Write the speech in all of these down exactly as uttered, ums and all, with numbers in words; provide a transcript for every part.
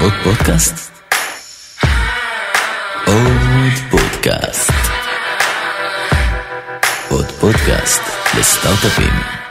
עוד פודקאסט? עוד פודקאסט. עוד פודקאסט לסטארט-אפים.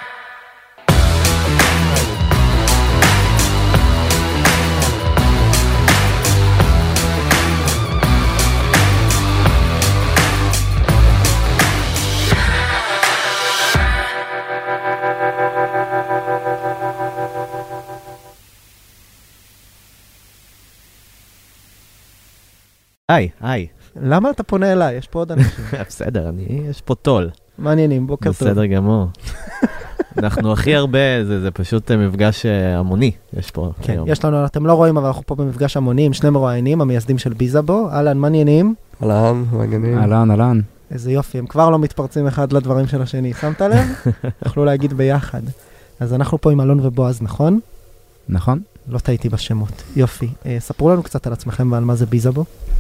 היי, היי. למה אתה פונה אליי? יש פה עוד אנשים. בסדר, אני, יש פה טול. מעניינים, בוקר טוב. בסדר גמור. אנחנו הכי הרבה, זה, זה פשוט מפגש המוני, יש פה כן, היום. יש לנו, אתם לא רואים, אבל אנחנו פה במפגש המוני עם שני מרואיינים, המייסדים של ביזאבו. אהלן, מעניינים? אהלן, מעניינים. אהלן, אהלן. איזה יופי, הם כבר לא מתפרצים אחד לדברים של השני. שמת לב? יכלו להגיד ביחד. אז אנחנו פה עם אלון ובועז, נכון? נכון. לא טעיתי בשמות. יופי. אה, ספרו לנו קצת על עצמכם ועל מה זה ביזאבו.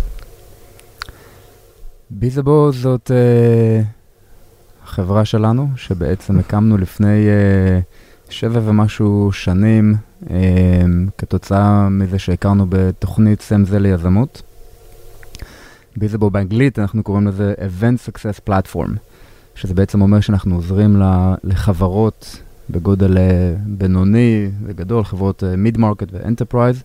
ביזאבו זאת אה, חברה שלנו, שבעצם הקמנו לפני אה, שבע ומשהו שנים, אה, כתוצאה מזה שהכרנו בתוכנית סמזה ליזמות. ביזאבו באנגלית אנחנו קוראים לזה Event Success Platform, שזה בעצם אומר שאנחנו עוזרים לחברות בגודל בינוני וגדול, חברות מיד-מרקט ואנטרפרייז,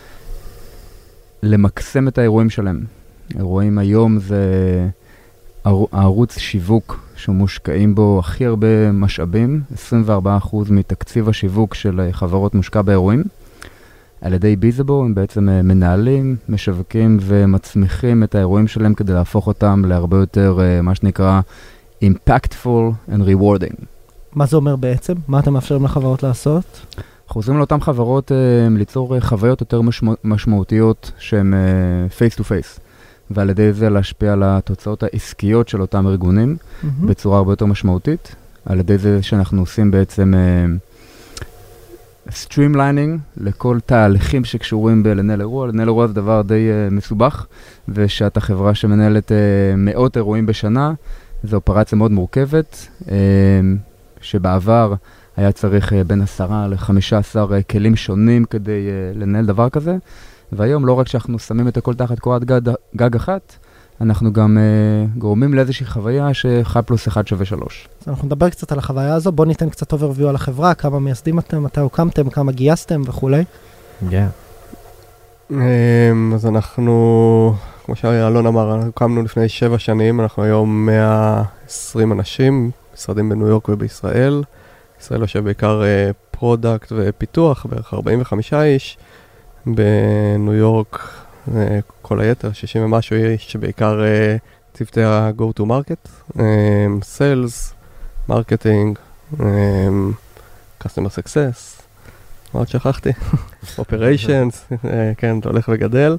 למקסם את האירועים שלהם. אירועים היום זה הערוץ שיווק שמושקעים בו הכי הרבה משאבים, עשרים וארבעה אחוז מתקציב השיווק של חברות מושקע באירועים. על ידי ביזאבו הם בעצם מנהלים, משווקים ומצמיחים את האירועים שלהם כדי להפוך אותם להרבה יותר, מה שנקרא, impactful and rewarding. מה זה אומר בעצם? מה אתם מאפשרים לחברות לעשות? אנחנו עוזרים לאותן חברות uh, ליצור uh, חוויות יותר משמע, משמעותיות שהן uh, face to face, ועל ידי זה להשפיע על התוצאות העסקיות של אותם ארגונים mm-hmm. בצורה הרבה יותר משמעותית, על ידי זה שאנחנו עושים בעצם uh, streamlining לכל תהליכים שקשורים בלנהל אירוע. לנהל אירוע זה דבר די uh, מסובך, ושאת החברה שמנהלת uh, מאות אירועים בשנה, זו אופרציה מאוד מורכבת, uh, שבעבר היה צריך uh, בין עשרה לחמישה עשר uh, כלים שונים כדי uh, לנהל דבר כזה, והיום לא רק שאנחנו שמים את הכל תחת קורת גג, גג אחת, אנחנו גם uh, גורמים לאיזושהי חוויה שאחד פלוס אחד שווה שלוש. אז אנחנו נדבר קצת על החוויה הזו, בואו ניתן קצת overview על החברה, כמה מייסדים אתם, מתי הוקמתם, כמה גייסתם וכולי. כן. Um, אז אנחנו, כמו שאלון אמר, הוקמנו לפני שבע שנים, אנחנו היום מאה ועשרים אנשים, משרדים בניו יורק ובישראל. ישראל יושב בעיקר פרודקט ופיתוח, בערך ארבעים וחמישה איש. בניו יורק כל היתר, שישים ומשהו איש, שבעיקר צוותי ה-go to market, sales, marketing, customer success, מה עוד שכחתי? operations, כן, זה הולך וגדל.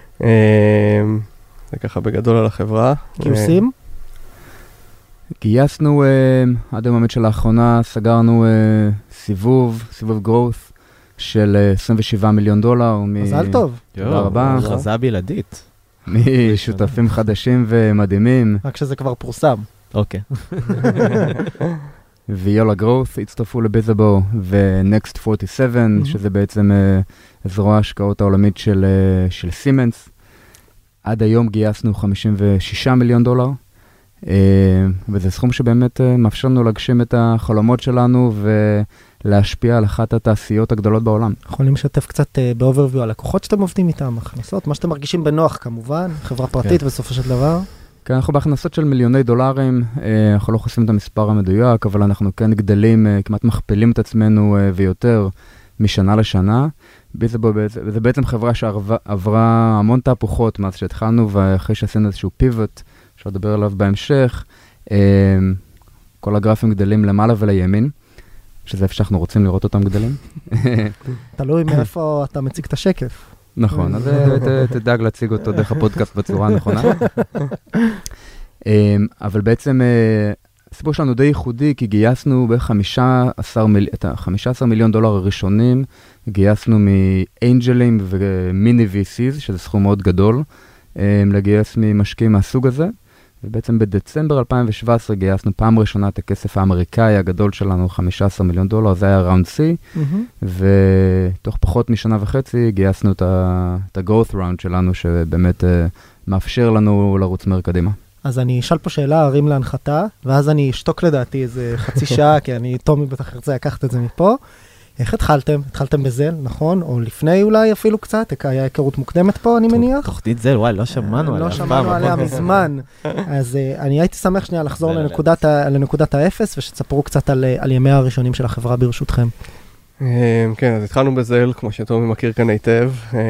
זה ככה בגדול על החברה. גיוסים? גייסנו, uh, עד היום של האחרונה, סגרנו uh, סיבוב, סיבוב growth של uh, עשרים ושבעה מיליון דולר. מזל טוב. תודה רבה. הכרזה בלעדית. משותפים חדשים ומדהימים. רק שזה כבר פורסם. אוקיי. ויולה growth הצטרפו לביזאבו, ו-Next ארבעים ושבע, שזה בעצם uh, זרוע ההשקעות העולמית של, uh, של סימנס. עד היום גייסנו חמישים ושישה מיליון דולר. Uh, וזה סכום שבאמת uh, מאפשר לנו להגשים את החלומות שלנו ולהשפיע על אחת התעשיות הגדולות בעולם. יכולים לשתף קצת uh, באוברוויו על לקוחות שאתם עובדים איתם, הכנסות, מה שאתם מרגישים בנוח כמובן, חברה פרטית כן. בסופו של דבר. כן, אנחנו בהכנסות של מיליוני דולרים, uh, אנחנו לא חושפים את המספר המדויק, אבל אנחנו כן גדלים, uh, כמעט מכפילים את עצמנו uh, ויותר משנה לשנה. ביזאבו, זה בעצם חברה שעברה המון תהפוכות מאז שהתחלנו, ואחרי שעשינו איזשהו פיבוט, אפשר לדבר עליו בהמשך, כל הגרפים גדלים למעלה ולימין, שזה איפה שאנחנו רוצים לראות אותם גדלים. תלוי מאיפה אתה מציג את השקף. נכון, אז תדאג להציג אותו דרך הפודקאסט בצורה הנכונה. אבל בעצם הסיפור שלנו די ייחודי, כי גייסנו ב-חמישה עשר מיליון דולר הראשונים, גייסנו מאנג'לים ומיני וי סיז, שזה סכום מאוד גדול, לגייס ממשקיעים מהסוג הזה, ובעצם בדצמבר אלפיים שבע עשרה גייסנו פעם ראשונה את הכסף האמריקאי הגדול שלנו, חמישה עשר מיליון דולר, זה היה ראונד C, ותוך פחות פחות משנה וחצי גייסנו את ה-growth round שלנו, שבאמת מאפשר לנו לרוץ מהר קדימה. אז אני אשאל פה שאלה, הרים להנחתה, ואז אני אשתוק לדעתי איזה חצי שעה, כי אני, תומי בטח ארצה לקחת את זה מפה. איך התחלתם? התחלתם בזל, נכון? או לפני אולי אפילו קצת? היה היכרות מוקדמת פה, אני מניח? תוכנית זל, וואי, לא שמענו עליה. לא שמענו עליה מזמן. אז אני הייתי שמח שנייה לחזור לנקודת האפס, ושתספרו קצת על ימי הראשונים של החברה ברשותכם. כן, אז התחלנו בזל, כמו שתומי מכיר כאן היטב.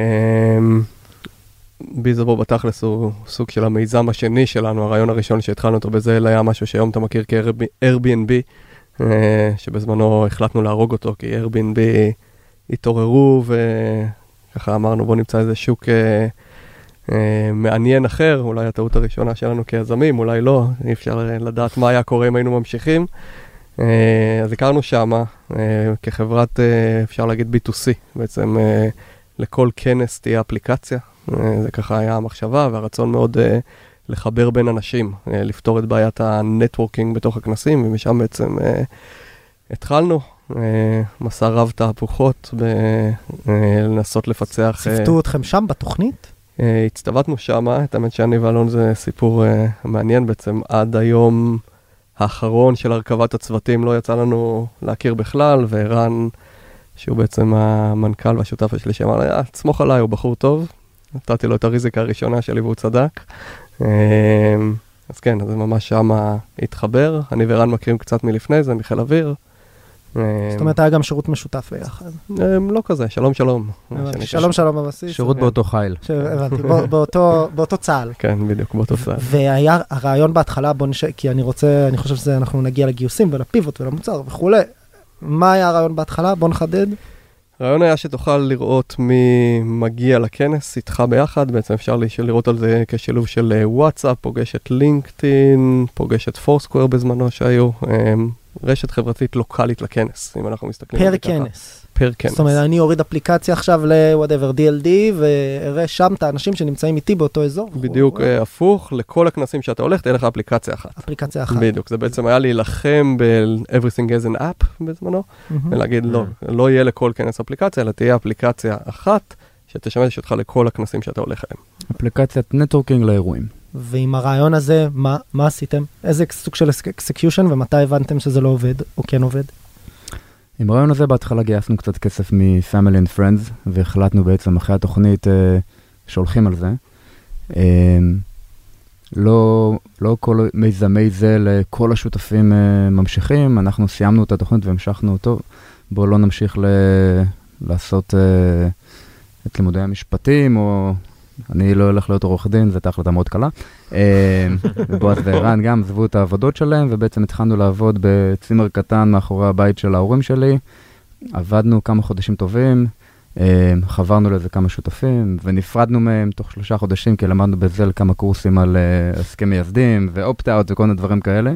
ביזבו בתכלס הוא סוג של המיזם השני שלנו, הרעיון הראשון שהתחלנו אותו בזל היה משהו שהיום אתה מכיר כ-Airbnb, שבזמנו החלטנו להרוג אותו, כי Airbnb התעוררו וככה אמרנו בוא נמצא איזה שוק מעניין אחר, אולי הטעות הראשונה שלנו כיזמים, אולי לא, אי אפשר לדעת מה היה קורה אם היינו ממשיכים. אז הכרנו שמה כחברת, אפשר להגיד בי טו סי, בעצם לכל כנס תהיה אפליקציה, זה ככה היה המחשבה והרצון מאוד לחבר בין אנשים, לפתור את בעיית הנטוורקינג בתוך הכנסים, ומשם בעצם התחלנו, מסע רב תהפוכות, לנסות לפצח. צפתו אתכם שם בתוכנית? הצטוותנו שם, את האמת שאני ואלון זה סיפור מעניין בעצם, עד היום האחרון של הרכבת הצוותים לא יצא לנו להכיר בכלל, וערן, שהוא בעצם המנכ"ל והשותף שלי, שאמר לי, תסמוך עליי, הוא בחור טוב, נתתי לו את הריזיקה הראשונה שלי והוא צדק. אז כן, אז ממש שם התחבר. אני ורן מכירים קצת מלפני זה, מחיל אוויר. זאת אומרת, היה גם שירות משותף ביחד. לא כזה, שלום שלום. שלום שלום בבסיס. שירות באותו חיל. הבנתי, באותו צהל. כן, בדיוק, באותו צהל. והיה הרעיון בהתחלה, כי אני רוצה, אני חושב שאנחנו נגיע לגיוסים ולפיבוט ולמוצר וכולי. מה היה הרעיון בהתחלה? בוא נחדד. הרעיון היה שתוכל לראות מי מגיע לכנס איתך ביחד, בעצם אפשר לראות על זה כשילוב של וואטסאפ, פוגש את לינקדאין, פוגש את פורסקוור בזמנו שהיו, רשת חברתית לוקלית לכנס, אם אנחנו מסתכלים. פר כנס. פר כנס. זאת אומרת, אני אוריד אפליקציה עכשיו ל-whatever, די אל די, ואראה שם את האנשים שנמצאים איתי באותו אזור. בדיוק הפוך, לכל הכנסים שאתה הולך, תהיה לך אפליקציה אחת. אפליקציה אחת. בדיוק, זה בעצם היה להילחם ב-everything as an app בזמנו, ולהגיד לא, לא יהיה לכל כנס אפליקציה, אלא תהיה אפליקציה אחת, שתשמש אותך לכל הכנסים שאתה הולך אליהם. אפליקציית נטוורקינג לאירועים. ועם הרעיון הזה, מה, מה עשיתם? איזה סוג של execution, ומתי הבנתם שזה לא עובד, או כן עובד? עם הרעיון הזה, בהתחלה גייסנו קצת כסף מ-Family and Friends, והחלטנו בעצם אחרי התוכנית אה, שהולכים על זה. אה, לא, לא כל מיזמי זה לכל השותפים אה, ממשיכים, אנחנו סיימנו את התוכנית והמשכנו אותו. בואו לא נמשיך ל- לעשות אה, את לימודי המשפטים, או אני לא הולך להיות עורך דין, זו הייתה החלטה מאוד קלה. ובועז וערן גם עזבו את העבודות שלהם, ובעצם התחלנו לעבוד בצימר קטן מאחורי הבית של ההורים שלי. עבדנו כמה חודשים טובים, חברנו לזה כמה שותפים, ונפרדנו מהם תוך שלושה חודשים, כי למדנו בזל כמה קורסים על הסכם מייסדים, ואופט-אאוט וכל מיני דברים כאלה.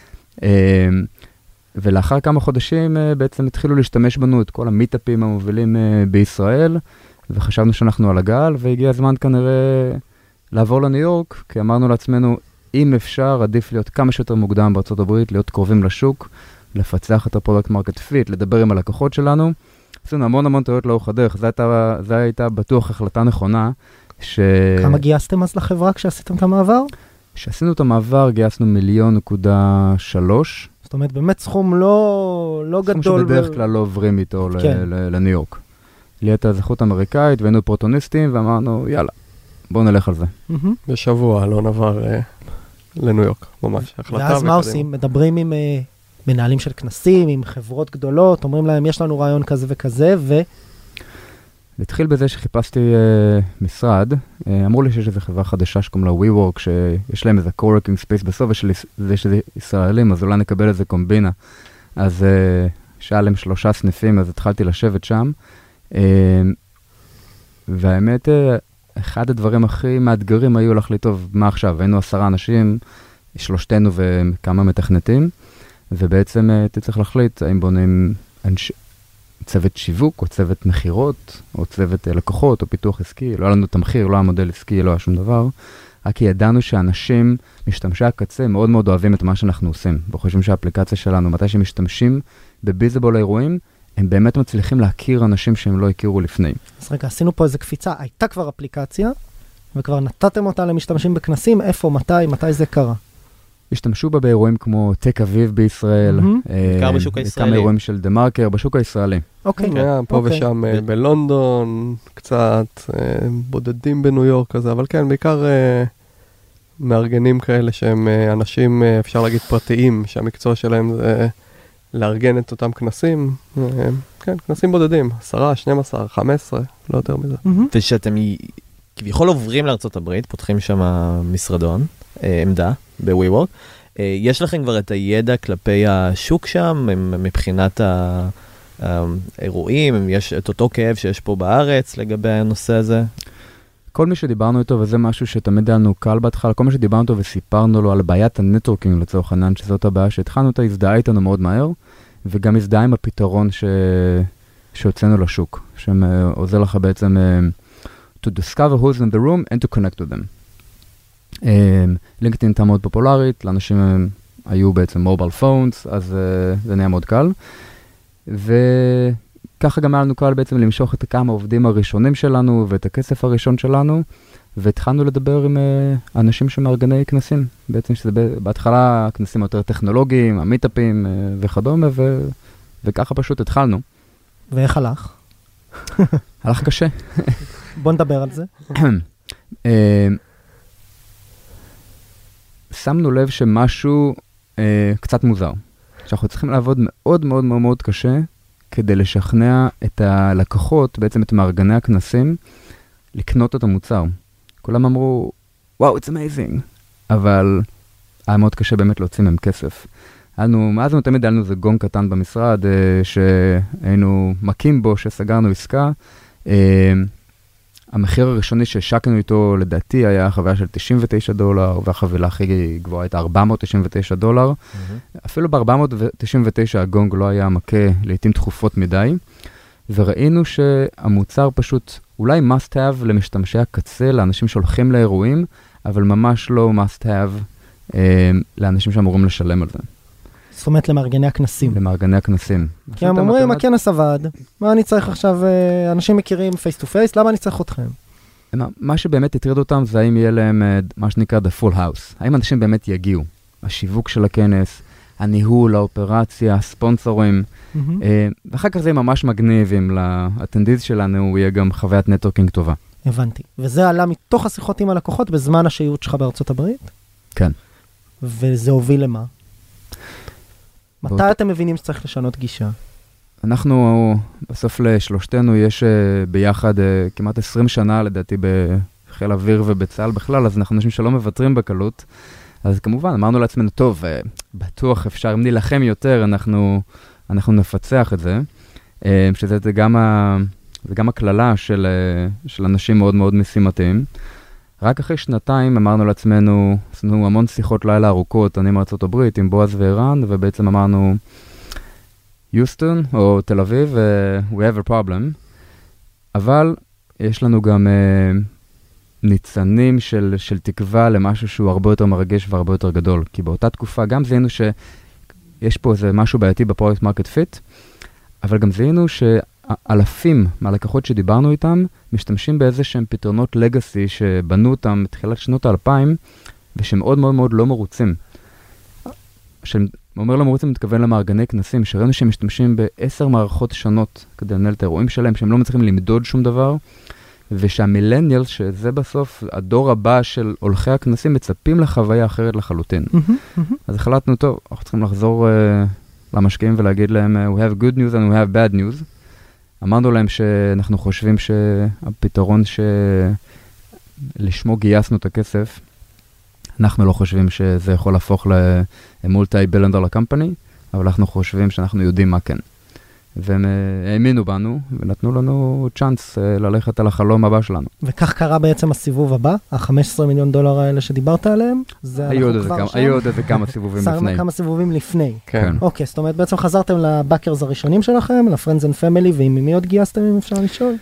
ולאחר כמה חודשים בעצם התחילו להשתמש בנו את כל המיטאפים המובילים בישראל, וחשבנו שאנחנו על הגל, והגיע הזמן כנראה לעבור לניו יורק, כי אמרנו לעצמנו, אם אפשר, עדיף להיות כמה שיותר מוקדם בארצות הברית, להיות קרובים לשוק, לפצח את הפרודקט מרקט פיט, לדבר עם הלקוחות שלנו. עשינו המון המון טעויות לאורך הדרך, זו הייתה בטוח החלטה נכונה, ש... כמה גייסתם אז לחברה כשעשיתם את המעבר? כשעשינו את המעבר, גייסנו מיליון נקודה שלוש. זאת אומרת, באמת סכום לא, לא גדול. סכום שבדרך כלל לא עוברים איתו לניו יורק. לי הייתה זכות אמריקאית, והיינו פרוטוניסטים, ואמרנו, יאללה, בואו נלך על זה. בשבוע לא נעבר לניו יורק, ממש. ואז מה עושים? מדברים עם מנהלים של כנסים, עם חברות גדולות, אומרים להם, יש לנו רעיון כזה וכזה, ו... התחיל בזה שחיפשתי uh, משרד, uh, אמרו לי שיש איזו חברה חדשה שקוראים לה WeWork, שיש להם איזה co-working space בסוף, ויש איזה ישראלים, אז אולי נקבל איזה קומבינה. אז uh, שהיה להם שלושה סניפים, אז התחלתי לשבת שם. Uh, והאמת, uh, אחד הדברים הכי מאתגרים היו להחליט טוב, מה עכשיו? היינו עשרה אנשים, שלושתנו וכמה מתכנתים, ובעצם uh, אתה צריך להחליט האם בונים אנש... צוות שיווק, או צוות מחירות, או צוות לקוחות, או פיתוח עסקי. לא היה לנו תמחיר, לא היה מודל עסקי, לא היה שום דבר. רק כי ידענו שאנשים, משתמשי הקצה, מאוד מאוד אוהבים את מה שאנחנו עושים. וחושבים שהאפליקציה שלנו, מתי שמשתמשים בביזיבול האירועים, הם באמת מצליחים להכיר אנשים שהם לא הכירו לפני. אז רגע, עשינו פה איזו קפיצה, הייתה כבר אפליקציה, וכבר נתתם אותה למשתמשים בכנסים, איפה, מתי, מתי זה קרה? השתמשו בה באירועים כמו טק אביב בישראל, בעיקר בשוק הישראלי. כמה אירועים של דה מרקר, בשוק הישראלי. אוקיי. פה ושם בלונדון, קצת בודדים בניו יורק כזה, אבל כן, בעיקר מארגנים כאלה שהם אנשים, אפשר להגיד, פרטיים, שהמקצוע שלהם זה לארגן את אותם כנסים. כן, כנסים בודדים, עשרה, שנים עשר, חמש עשרה, לא יותר מזה. ושאתם כביכול עוברים לארצות הברית, פותחים שם משרדון, עמדה, ב-WeWork. יש לכם כבר את הידע כלפי השוק שם, מבחינת האירועים, יש את אותו כאב שיש פה בארץ לגבי הנושא הזה? כל מי שדיברנו איתו, וזה משהו שתמיד היה לנו קל בהתחלה, כל מי שדיברנו איתו וסיפרנו לו על בעיית הנטוורקינג לצורך העניין, שזאת הבעיה שהתחלנו אותה, הזדהה איתנו מאוד מהר, וגם הזדהה עם הפתרון ש... שהוצאנו לשוק, שעוזר לך בעצם to discover who's in the room and to connect with them. לינקדאין הייתה מאוד פופולרית, לאנשים היו בעצם מובייל פונס, אז זה נהיה מאוד קל. וככה גם היה לנו קל בעצם למשוך את כמה עובדים הראשונים שלנו ואת הכסף הראשון שלנו, והתחלנו לדבר עם אנשים שמארגני כנסים, בעצם שזה בהתחלה כנסים יותר טכנולוגיים, המיטאפים וכדומה, ו... וככה פשוט התחלנו. ואיך הלך? הלך קשה. בוא נדבר על זה. שמנו לב שמשהו אה, קצת מוזר. שאנחנו צריכים לעבוד מאוד מאוד מאוד מאוד קשה כדי לשכנע את הלקוחות, בעצם את מארגני הכנסים, לקנות את המוצר. כולם אמרו, וואו, it's amazing. אבל היה מאוד קשה באמת להוציא מהם כסף. היינו, מאז לנו תמיד היה לנו איזה גון קטן במשרד, אה, שהיינו מקים בו, שסגרנו עסקה. אה, המחיר הראשוני שהשקנו איתו, לדעתי, היה חוויה של תשעים ותשעה דולר, והחבילה הכי גבוהה הייתה ארבע מאות תשעים ותשעה דולר. Mm-hmm. אפילו ב-ארבע מאות תשעים ותשע הגונג לא היה מכה לעתים תכופות מדי, וראינו שהמוצר פשוט אולי must have למשתמשי הקצה, לאנשים שהולכים לאירועים, אבל ממש לא must have אה, לאנשים שאמורים לשלם על זה. זאת אומרת למארגני הכנסים. למארגני הכנסים. כי הם אומרים, הכנס עבד, מה אני צריך עכשיו, אנשים מכירים פייס טו פייס, למה אני צריך אתכם? מה שבאמת יטריד אותם זה האם יהיה להם מה שנקרא the full house. האם אנשים באמת יגיעו? השיווק של הכנס, הניהול, האופרציה, הספונסורים, ואחר כך זה ממש מגניב אם לאטנדיז שלנו הוא יהיה גם חוויית נטוורקינג טובה. הבנתי. וזה עלה מתוך השיחות עם הלקוחות בזמן השהות שלך בארצות הברית? כן. וזה הוביל למה? מתי אתם מבינים שצריך לשנות גישה? אנחנו, בסוף לשלושתנו, יש ביחד כמעט עשרים שנה, לדעתי, בחיל אוויר ובצה"ל בכלל, אז אנחנו אנשים שלא מוותרים בקלות. אז כמובן, אמרנו לעצמנו, טוב, בטוח אפשר, אם נילחם יותר, אנחנו, אנחנו נפצח את זה. שזה זה גם, ה, זה גם הכללה של, של אנשים מאוד מאוד משימתיים. רק אחרי שנתיים אמרנו לעצמנו, עשינו המון שיחות לילה ארוכות, אני מארצות הברית, עם בועז ואיראן, ובעצם אמרנו, יוסטון או תל אביב, uh, we have a problem, אבל יש לנו גם uh, ניצנים של, של תקווה למשהו שהוא הרבה יותר מרגש והרבה יותר גדול, כי באותה תקופה גם זיהינו שיש פה איזה משהו בעייתי בפרודקט מרקט פיט, אבל גם זיהינו ש... אלפים מהלקוחות שדיברנו איתם, משתמשים באיזה שהם פתרונות לגאסי שבנו אותם בתחילת שנות האלפיים, ושמאוד מאוד מאוד לא מרוצים. כשאני אומר לא מרוצים, מתכוון למארגני כנסים, שראינו שהם משתמשים בעשר מערכות שונות כדי לנהל את האירועים שלהם, שהם לא מצליחים למדוד שום דבר, ושהמילניאלס, שזה בסוף הדור הבא של הולכי הכנסים, מצפים לחוויה אחרת לחלוטין. אז החלטנו, טוב, אנחנו צריכים לחזור uh, למשקיעים ולהגיד להם, uh, we have good news and we have bad news. אמרנו להם שאנחנו חושבים שהפתרון שלשמו גייסנו את הכסף, אנחנו לא חושבים שזה יכול להפוך למולטי בילנד דולר קמפני, אבל אנחנו חושבים שאנחנו יודעים מה כן. והם האמינו בנו, ונתנו לנו צ'אנס ללכת על החלום הבא שלנו. וכך קרה בעצם הסיבוב הבא, ה-חמישה עשר מיליון דולר האלה שדיברת עליהם, היו עוד איזה כמה סיבובים לפני. כמה סיבובים לפני. כן. אוקיי, זאת אומרת, בעצם חזרתם לבאקרס הראשונים שלכם, לפרנדס אנד פמילי, ועם מי עוד גייסתם, אם אפשר לשאול?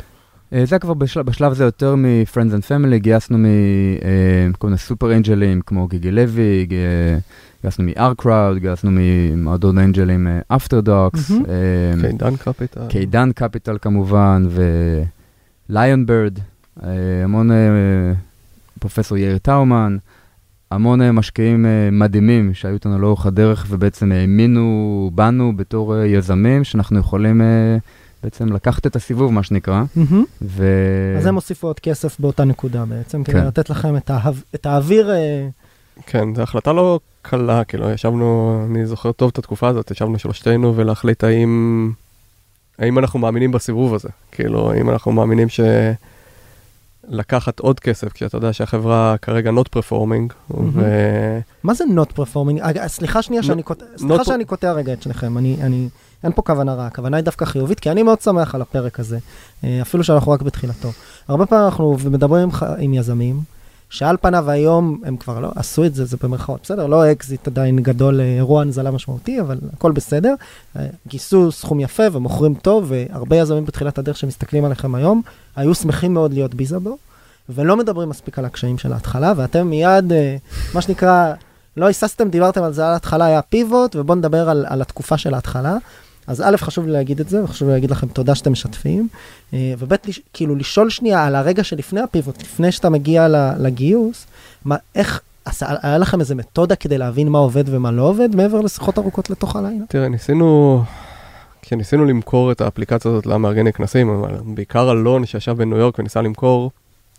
זה כבר בשלב, בשלב זה יותר מ-Friends and Family, גייסנו מכל מיני סופר אנג'לים כמו גיגי לוי, גייסנו מ-R-Crowd, גייסנו ממועדון אנג'לים After Dogs, קיידן קפיטל. קיידן קפיטל כמובן, ו-Lion Bird, המון פרופסור יאיר טאומן, המון משקיעים מדהימים שהיו איתנו לאורך הדרך ובעצם האמינו בנו בתור יזמים שאנחנו יכולים בעצם לקחת את הסיבוב, מה שנקרא. ו... אז הם הוסיפו עוד כסף באותה נקודה בעצם, כדי לתת לכם את, האו... את האוויר. כן, זו החלטה לא קלה, כאילו, ישבנו, אני זוכר טוב את התקופה הזאת, ישבנו שלושתנו ולהחליט האם, האם אנחנו מאמינים בסיבוב הזה. כאילו, האם אנחנו מאמינים ש... לקחת עוד כסף, כשאתה יודע שהחברה כרגע not performing. ו... מה זה not performing? סליחה שנייה שאני קוטע, סליחה שאני קוטע רגע את שלכם, אני, אני, אין פה כוונה רעה, הכוונה היא דווקא חיובית, כי אני מאוד שמח על הפרק הזה, אפילו שאנחנו רק בתחילתו. הרבה פעמים אנחנו מדברים עם יזמים, שעל פניו היום הם כבר לא עשו את זה, זה במרכאות, בסדר, לא אקזיט עדיין גדול, אירוע נזלה משמעותי, אבל הכל בסדר. גייסו סכום יפה ומוכרים טוב, והרבה יזמים בתחילת הדרך שמסתכלים עליכם היום, היו שמחים מאוד להיות ביזאבו, ולא מדברים מספיק על הקשיים של ההתחלה, ואתם מיד, מה שנקרא, לא היססתם, דיברתם על זה, על ההתחלה היה פיבוט, ובואו נדבר על, על התקופה של ההתחלה. אז א', חשוב לי להגיד את זה, וחשוב לי להגיד לכם תודה שאתם משתפים, וב', כאילו לשאול שנייה על הרגע שלפני הפיבוט, לפני שאתה מגיע לגיוס, מה, איך, היה לכם איזה מתודה כדי להבין מה עובד ומה לא עובד, מעבר לשיחות ארוכות לתוך הלילה? תראה, ניסינו, כשניסינו למכור את האפליקציה הזאת למארגני כנסים, אבל בעיקר אלון שישב בניו יורק וניסה למכור,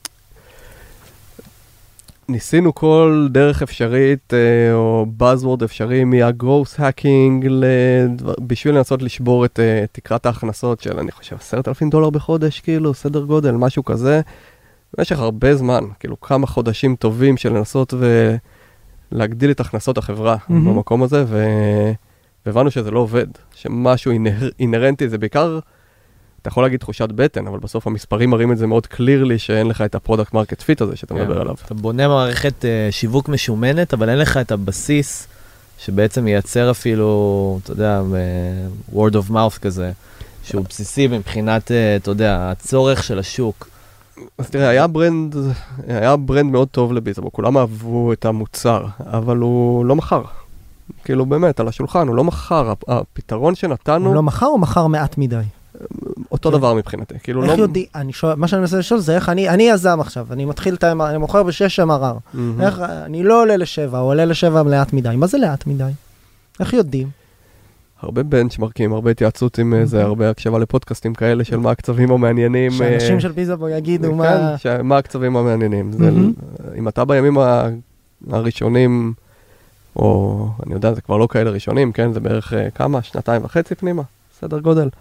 ניסינו כל דרך אפשרית, או buzzword אפשרי, מה-growth hacking, בשביל לנסות לשבור את תקרת ההכנסות של, אני חושב, עשרת אלפים דולר בחודש, כאילו, סדר גודל, משהו כזה, במשך הרבה זמן, כאילו, כמה חודשים טובים של לנסות ולהגדיל את הכנסות החברה mm-hmm. במקום הזה, ו... והבנו שזה לא עובד, שמשהו אינר... אינרנטי, זה בעיקר, אתה יכול להגיד תחושת בטן, אבל בסוף המספרים מראים את זה מאוד קלירלי, שאין לך את הפרודקט מרקט פיט הזה שאתה מדבר עליו. אתה בונה מערכת שיווק משומנת, אבל אין לך את הבסיס שבעצם ייצר אפילו, אתה יודע, word of mouth כזה, שהוא בסיסי מבחינת, אתה יודע, הצורך של השוק. אז תראה, היה ברנד, היה ברנד מאוד טוב לביזאבו, כולם אהבו את המוצר, אבל הוא לא מכר. כאילו באמת, על השולחן, הוא לא מכר, הפתרון שנתנו... הוא לא מכר או מכר מעט מדי? אותו דבר מבחינתי, כאילו איך לא... יודעי, אני שואל, מה שאני מנסה לשאול זה איך אני, אני יזם עכשיו, אני מתחיל את ה-אם אר, אני מוכר בשש אם אר. איך, אני לא עולה לשבע, או עולה לשבע לאט מדי. מה זה לאט מדי? איך יודעים? הרבה בנצ'מרקים, הרבה התייעצות עם זה, הרבה הקשבה לפודקאסטים כאלה של מה הקצבים המעניינים. שאנשים של ביזאבו יגידו מה... כן, מה הקצבים המעניינים. אם אתה בימים הראשונים, או אני יודע, זה כבר לא כאלה ראשונים, כן? זה בערך כמה? שנתיים וחצי פנימה, סדר גודל.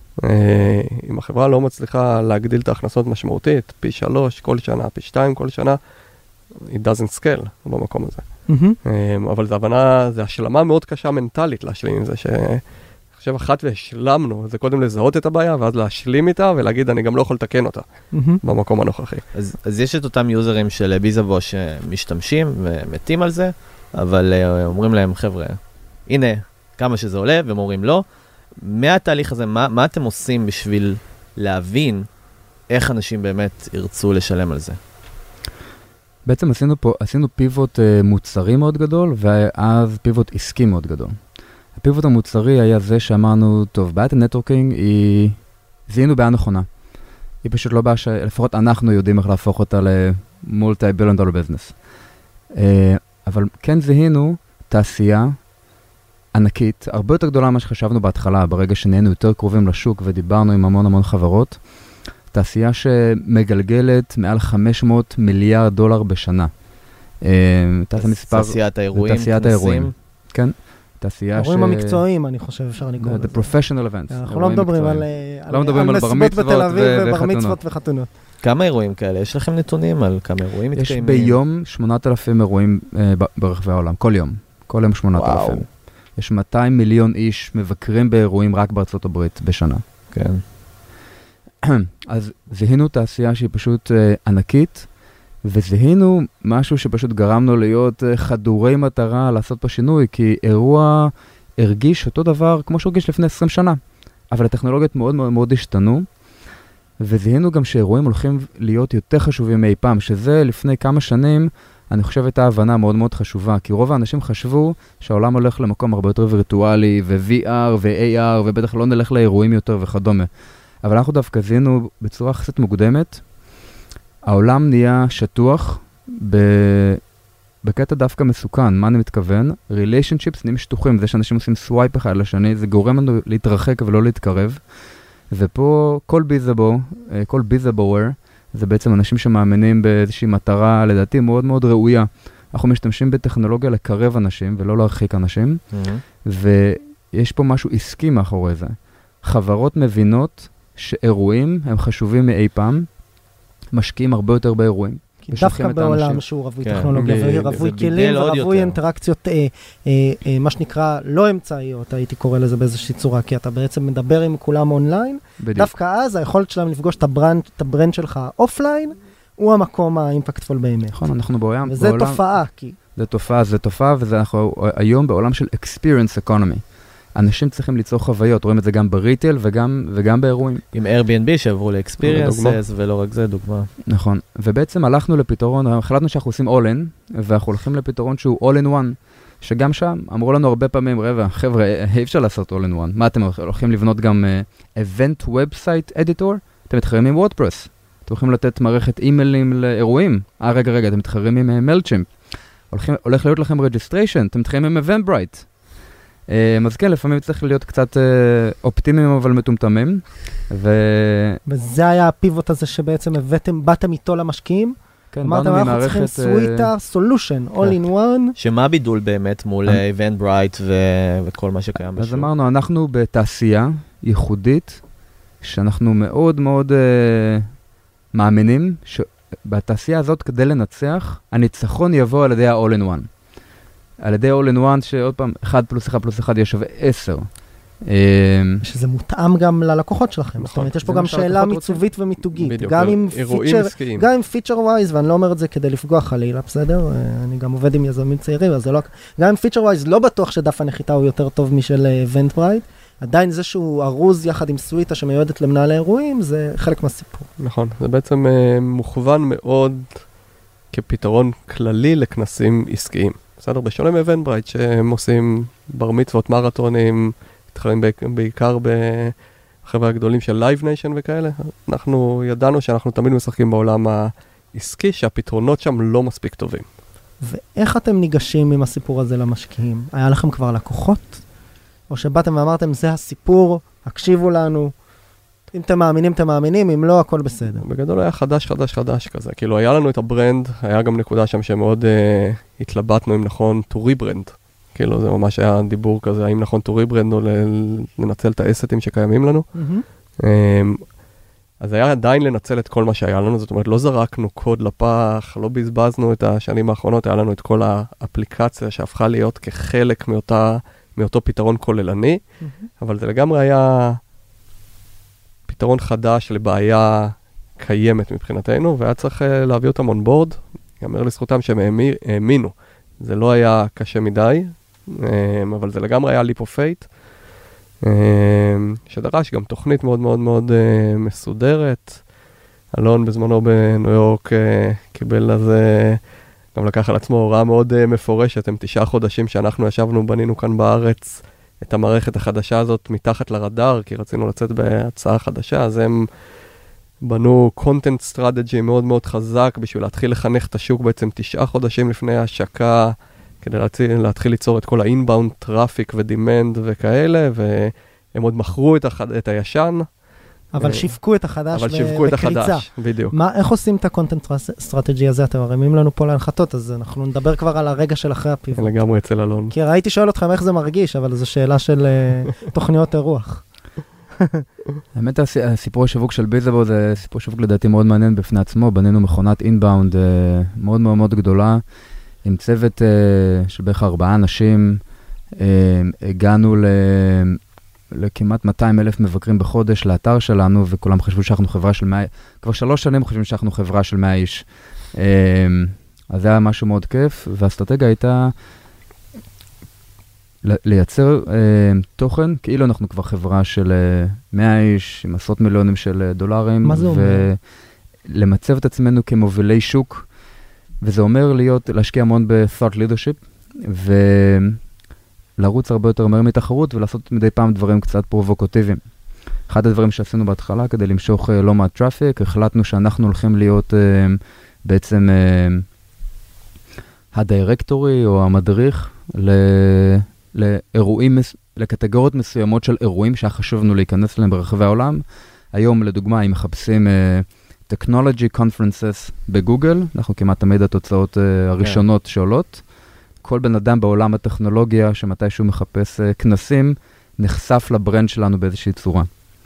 אם החברה לא מצליחה להגדיל את ההכנסות משמעותית, פי שלוש כל שנה, פי שתיים כל שנה, it doesn't scale במקום הזה. אבל זה הבנה, זה השלמה מאוד קשה מנטלית להשלים עם זה, שאני חושב אחת והשלמנו, זה קודם לזהות את הבעיה, ואז להשלים איתה ולהגיד, אני גם לא יכול לתקן אותה במקום הנוכחי. אז, אז יש את אותם יוזרים של ביזאבו שמשתמשים ומתים על זה, אבל אומרים להם, חבר'ה, הנה, כמה שזה עולה, והם אומרים לא, מהתהליך הזה, מה, מה אתם עושים בשביל להבין איך אנשים באמת ירצו לשלם על זה? בעצם עשינו פה, עשינו פיבוט uh, מוצרי מאוד גדול, ואז פיבוט עסקי מאוד גדול. הפיבוט המוצרי היה זה שאמרנו, טוב, בעיית הנטוורקינג היא, זיהינו בעיה נכונה. היא פשוט לא בעיה שלפחות אנחנו יודעים איך להפוך אותה למולטי ביליון דולר ביזנס. Uh, אבל כן זיהינו תעשייה, ענקית, הרבה יותר גדולה ממה שחשבנו בהתחלה, ברגע שנהיינו יותר קרובים לשוק ודיברנו עם המון המון חברות, תעשייה שמגלגלת מעל חמש מאות מיליארד דולר בשנה. תעשיית האירועים, תעשיית האירועים, כן. תעשייה ש... האירועים המקצועיים, אני חושב, אפשר לקרוא לזה. The professional events. אנחנו לא מדברים על מסיבות בתל אביב ובר מצוות וחתונות. כמה אירועים כאלה? יש לכם נתונים על כמה אירועים מתקיימים? יש ביום שמונת אלפים אירועים ברחבי העולם, כל יום. כל יום שמונת אלפים. יש מאתיים מיליון איש מבקרים באירועים רק בארצות הברית בשנה. כן. אז זיהינו תעשייה שהיא פשוט uh, ענקית, וזיהינו משהו שפשוט גרמנו להיות uh, חדורי מטרה לעשות פה שינוי, כי אירוע הרגיש אותו דבר כמו שהרגיש לפני עשרים שנה. אבל הטכנולוגיות מאוד מאוד מאוד השתנו, וזיהינו גם שאירועים הולכים להיות יותר חשובים מאי פעם, שזה לפני כמה שנים, אני חושב הייתה הבנה מאוד מאוד חשובה, כי רוב האנשים חשבו שהעולם הולך למקום הרבה יותר וירטואלי, ו-וי אר ו-איי אר, ובטח לא נלך לאירועים יותר וכדומה. אבל אנחנו דווקא זיהינו בצורה קצת מוקדמת, העולם נהיה שטוח ב... בקטע דווקא מסוכן. מה אני מתכוון? relationships נהיים שטוחים, זה שאנשים עושים סווייפ אחד לשני, זה גורם לנו להתרחק ולא להתקרב. ופה כל ביזבו, כל ביזבוור, זה בעצם אנשים שמאמינים באיזושהי מטרה, לדעתי מאוד מאוד ראויה. אנחנו משתמשים בטכנולוגיה לקרב אנשים ולא להרחיק אנשים, mm-hmm. ויש פה משהו עסקי מאחורי זה. חברות מבינות שאירועים הם חשובים מאי פעם, משקיעים הרבה יותר באירועים. דווקא בעולם שהוא רווי טכנולוגיה, ורווי כלים ורווי אינטראקציות, מה שנקרא לא אמצעיות, הייתי קורא לזה באיזושהי צורה, כי אתה בעצם מדבר עם כולם אונליין, דווקא אז היכולת שלהם לפגוש את הברנד שלך אופליין, הוא המקום האימפקטפול באמת. נכון, אנחנו בעולם... וזה תופעה, כי... זה תופעה, זה תופעה, ואנחנו היום בעולם של experience economy. אנשים צריכים ליצור חוויות, רואים את זה גם בריטל וגם, וגם באירועים. עם Airbnb שעברו ל-experiences, ולא רק זה, דוגמה. נכון, ובעצם הלכנו לפתרון, החלטנו שאנחנו עושים all-in, ואנחנו הולכים לפתרון שהוא all-in-one, שגם שם אמרו לנו הרבה פעמים, רבע, חבר'ה, אי אפשר לעשות all-in-one. מה אתם הולכים לבנות גם uh, event website editor? אתם מתחרים עם וורדפרס. אתם הולכים לתת מערכת אימיילים לאירועים. אה, רגע, רגע, אתם מתחרים עם MailChimp. הולכים, הולך להיות לכם registration, אתם מתחרים עם Eventbrite. אז כן, לפעמים צריך להיות קצת אופטימיים אבל מטומטמים. וזה היה הפיבוט הזה שבעצם הבאתם, באתם איתו למשקיעים? אמרתם, אנחנו צריכים סוויטה, סולושן, all in one. שמה בידול באמת מול Eventbrite וכל מה שקיים בשוק? אז אמרנו, אנחנו בתעשייה ייחודית, שאנחנו מאוד מאוד מאמינים שבתעשייה הזאת כדי לנצח, הניצחון יבוא על ידי ה-all in one. על ידי all in one, שעוד פעם, אחד פלוס אחד פלוס אחד ישווה עשר. שזה מותאם גם ללקוחות שלכם. זאת אומרת, יש פה גם שאלה מיצובית ומיתוגית. גם עם פיצ'ר ווייז, ואני לא אומר את זה כדי לפגוע חלילה, בסדר? אני גם עובד עם יזמים צעירים, אז זה לא... גם עם פיצ'ר ווייז, לא בטוח שדף הנחיתה הוא יותר טוב משל Eventbrite. עדיין זה שהוא ארוז יחד עם סוויטה שמיועדת למנהל האירועים, זה חלק מהסיפור. נכון, זה בעצם מוכוון מאוד כפתרון כללי לכנסים עסקיים. בסדר, בשונה מ-Eventbrite שהם עושים בר מצוות, מרתונים, מתחרים בעיקר בחבר'ה הגדולים של Live Nation וכאלה. אנחנו ידענו שאנחנו תמיד משחקים בעולם העסקי, שהפתרונות שם לא מספיק טובים. ואיך אתם ניגשים עם הסיפור הזה למשקיעים? היה לכם כבר לקוחות? או שבאתם ואמרתם, זה הסיפור, הקשיבו לנו, אם אתם מאמינים, אתם מאמינים, אם לא, הכל בסדר. בגדול היה חדש, חדש, חדש כזה. כאילו, היה לנו את הברנד, היה גם נקודה שם שמאוד אה, התלבטנו אם נכון to rebrand. כאילו, זה ממש היה דיבור כזה, האם נכון to rebrand או לנצל את האסטים שקיימים לנו. Mm-hmm. אה, אז היה עדיין לנצל את כל מה שהיה לנו, זאת אומרת, לא זרקנו קוד לפח, לא בזבזנו את השנים האחרונות, היה לנו את כל האפליקציה שהפכה להיות כחלק מאותה, מאותו פתרון כוללני, mm-hmm. אבל זה לגמרי היה... פתרון חדש לבעיה קיימת מבחינתנו, והיה צריך uh, להביא אותם on board, יאמר לזכותם שהם האמינו. זה לא היה קשה מדי, um, אבל זה לגמרי היה leap of faith, um, שדרש גם תוכנית מאוד מאוד מאוד uh, מסודרת. אלון בזמנו בניו יורק uh, קיבל לזה, גם לקח על עצמו הוראה מאוד uh, מפורשת, הם תשעה חודשים שאנחנו ישבנו, בנינו כאן בארץ, את המערכת החדשה הזאת מתחת לרדאר, כי רצינו לצאת בהצעה חדשה, אז הם בנו content strategy מאוד מאוד חזק, בשביל להתחיל לחנך את השוק בעצם תשעה חודשים לפני ההשקה, כדי להתחיל, להתחיל ליצור את כל ה-inbound traffic ו-demand וכאלה, והם עוד מכרו את, החד... את הישן. אבל שיווקו את החדש אבל שיווקו את החדש, בדיוק. מה, איך עושים את ה-content strategy הזה? אתם מרמים לנו פה להנחתות, אז אנחנו נדבר כבר על הרגע של אחרי הפיבוט. לגמרי אצל אלון. כי הייתי שואל אתכם איך זה מרגיש, אבל זו שאלה של תוכניות אירוח. האמת, הסיפור השיווק של ביזבו זה סיפור שיווק לדעתי מאוד מעניין בפני עצמו. בנינו מכונת אינבאונד מאוד מאוד מאוד גדולה, עם צוות של בערך ארבעה אנשים. הגענו ל... לכמעט מאתיים אלף מבקרים בחודש לאתר שלנו, וכולם חשבו שאנחנו חברה של מאה, כבר שלוש שנים חושבים שאנחנו חברה של מאה איש. אז זה היה משהו מאוד כיף, והאסטרטגיה הייתה לייצר אה, תוכן, כאילו אנחנו כבר חברה של אה, מאה איש, עם עשרות מיליונים של אה, דולרים. מה זה אומר? ולמצב את עצמנו כמובילי שוק, וזה אומר להיות, להשקיע המון ב-thought leadership, ולרוץ הרבה יותר מהר מתחרות, ולעשות מדי פעם דברים קצת פרובוקטיביים. אחד הדברים שעשינו בהתחלה, כדי למשוך אה, לא מעט טראפיק, החלטנו שאנחנו הולכים להיות אה, בעצם אה, הדירקטורי או המדריך ל... לאירועים, לקטגוריות מסוימות של אירועים שחשוב לנו להיכנס להם ברחבי העולם. היום, לדוגמה, אם מחפשים uh, Technology Conferences בגוגל, אנחנו כמעט תמיד התוצאות uh, הראשונות שעולות. כל בן אדם בעולם הטכנולוגיה, שמתישהו מחפש uh, כנסים, נחשף לברנד שלנו באיזושהי צורה.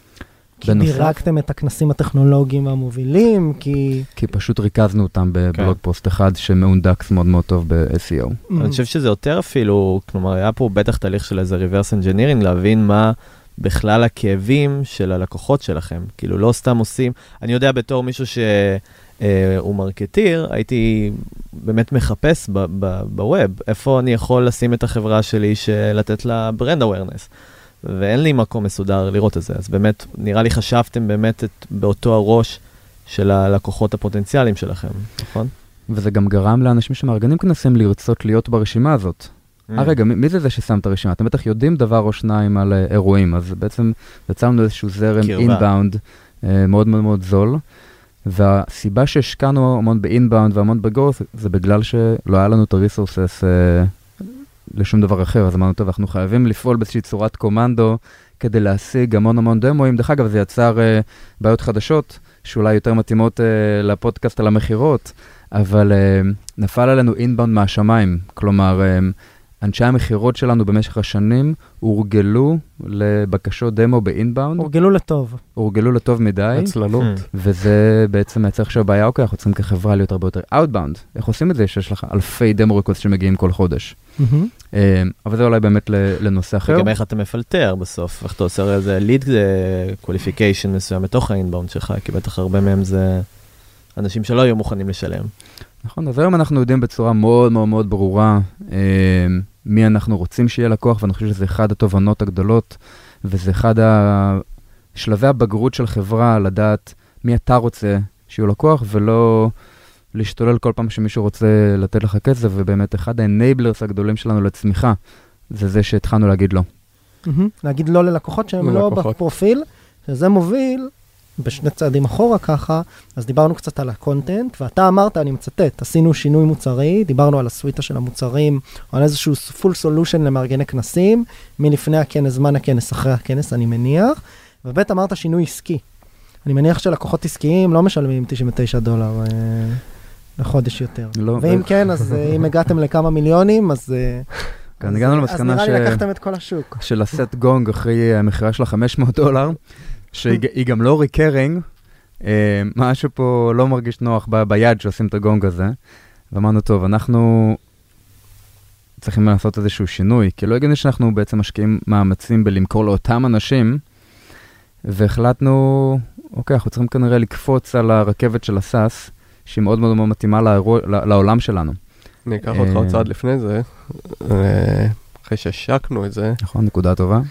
כי דירקתם את הכנסים הטכנולוגיים המובילים, כי... כי פשוט ריכזנו אותם בבלוג פוסט אחד שמאונדקס מאוד מאוד טוב ב-אס אי או. אני חושב שזה יותר אפילו, כלומר, היה פה בטח תהליך של איזה reverse engineering, להבין מה בכלל הכאבים של הלקוחות שלכם. כאילו, לא סתם עושים... אני יודע בתור מישהו שהוא מרקטיר, הייתי באמת מחפש בווב, איפה אני יכול לשים את החברה שלי לתת לה brand awareness. ואין לי מקום מסודר לראות את זה, אז באמת, נראה לי חשבתם באמת את, באותו הראש של הלקוחות הפוטנציאליים שלכם, נכון? וזה גם גרם לאנשים שמארגנים כנסים לרצות להיות ברשימה הזאת. אה, רגע, מי זה זה ששם את הרשימה? אתם בטח יודעים דבר או שניים על אירועים, אז בעצם יצרנו איזשהו זרם אינבאונד מאוד מאוד מאוד זול, והסיבה שהשקענו המון באינבאונד והמון בגורס, זה בגלל שלא היה לנו את הריסורסס לשום דבר אחר, אז אמרנו, טוב, אנחנו חייבים לפעול באיזושהי צורת קומנדו, כדי להשיג המון המון דמוים. דרך אגב, זה יצר uh, בעיות חדשות, שאולי יותר מתאימות uh, לפודקאסט על המחירות, אבל uh, נפל עלינו אינבאונד מהשמיים. כלומר, uh, אנשי המחירות שלנו במשך השנים הורגלו לבקשות דמו באינבאונד. הורגלו לטוב. הורגלו לטוב מדי. עצלנות. וזה בעצם מייצר עכשיו בעיה, אוקיי, אנחנו צריכים כחברה להיות הרבה יותר אאוטבאונד. איך עושים את זה? שיש לך אלפי דמו ריקווסט שמגיעים כל חודש. אבל זה אולי באמת לנושא אחר. וגם איך אתה מפלטר בסוף, איך אתה עושה איזה ליד קוליפיקיישן מסוים בתוך האינבאונד שלך, כי בטח הרבה מהם זה אנשים שלא היו מוכנים לשלם. נכון, אז היום אנחנו יודעים בצורה מאוד מאוד מאוד ברורה מי אנחנו רוצים שיהיה לקוח, ואני חושב שזה אחד התובנות הגדולות, וזה אחד שלבי הבגרות של חברה, לדעת מי אתה רוצה שיהיו לקוח, ולא להשתולל כל פעם שמישהו רוצה לתת לך כסף, ובאמת אחד האנבלרס הגדולים שלנו לצמיחה, זה זה שהתחלנו להגיד לא. להגיד לא ללקוחות שהם לא בפרופיל, שזה מוביל בשני צעדים אחורה ככה, אז דיברנו קצת על הקונטנט, ואתה אמרת, אני מצטט, עשינו שינוי מוצרי, דיברנו על הסוויטה של המוצרים, או על איזשהו full solution למארגני כנסים, מלפני הכנס, זמן הכנס, אחרי הכנס, אני מניח, ובית אמרת שינוי עסקי. אני מניח שלקוחות עסקיים לא משלמים תשעים ותשעה דולר לחודש יותר. ואם כן, אז אם הגעתם לכמה מיליונים, אז... כאן הגענו למסקנה אז נראה לי לקחתם את כל השוק. של הסט גונג אחרי המחירה של חמש מאות דולר, שהיא גם לא ריקרינג, משהו פה לא מרגיש נוח ביד שעושים את הגונג הזה, ואמרנו, טוב, אנחנו צריכים לעשות איזשהו שינוי, כי לא הגיוני שאנחנו בעצם משקיעים מאמצים בלמכור לאותם אנשים, והחלטנו, אוקיי, אנחנו צריכים כנראה לקפוץ על הרכבת של הסאס, שהיא מאוד מאוד מאוד מתאימה לעולם שלנו. אני אקח אותך עוד צעד לפני זה, אחרי שהשקנו את זה. נכון, נקודה טובה.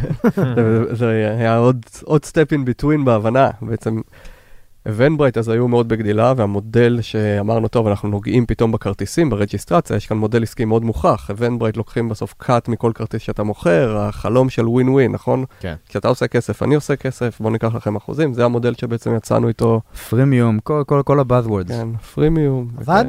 זה היה עוד סטפ אין ביטווין בהבנה. בעצם, אבנברייט אז היו מאוד בגדילה, והמודל שאמרנו, טוב, אנחנו נוגעים פתאום בכרטיסים, ברג'יסטרציה, יש כאן מודל עסקי מאוד מוכח. אבנברייט לוקחים בסוף קאט מכל כרטיס שאתה מוכר, החלום של ווין ווין, נכון? כן. כשאתה עושה כסף, אני עושה כסף, בוא ניקח לכם אחוזים, זה המודל שבעצם יצאנו איתו. פרימיום, כל, כל, כל הבאזוורדס. כן, פרימיום. עבד?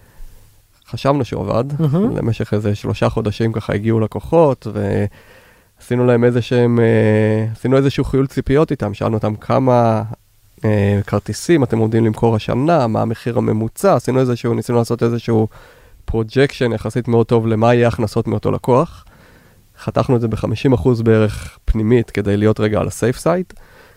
חשבנו שהוא עבד, למשך איזה שלושה חודשים ככה הגיעו לקוחות, ועשינו להם איזה שהם, עשינו איזשהו חיול ציפיות איתם, שאלנו אותם כמה כרטיסים אתם עומדים למכור השנה, מה המחיר הממוצע, עשינו איזשהו, ניסינו לעשות איזשהו פרוג'קשן יחסית מאוד טוב למה יהיה הכנסות מאותו לקוח, חתכנו את זה ב-חמישים אחוז בערך פנימית, כדי להיות רגע על הסייף סייט,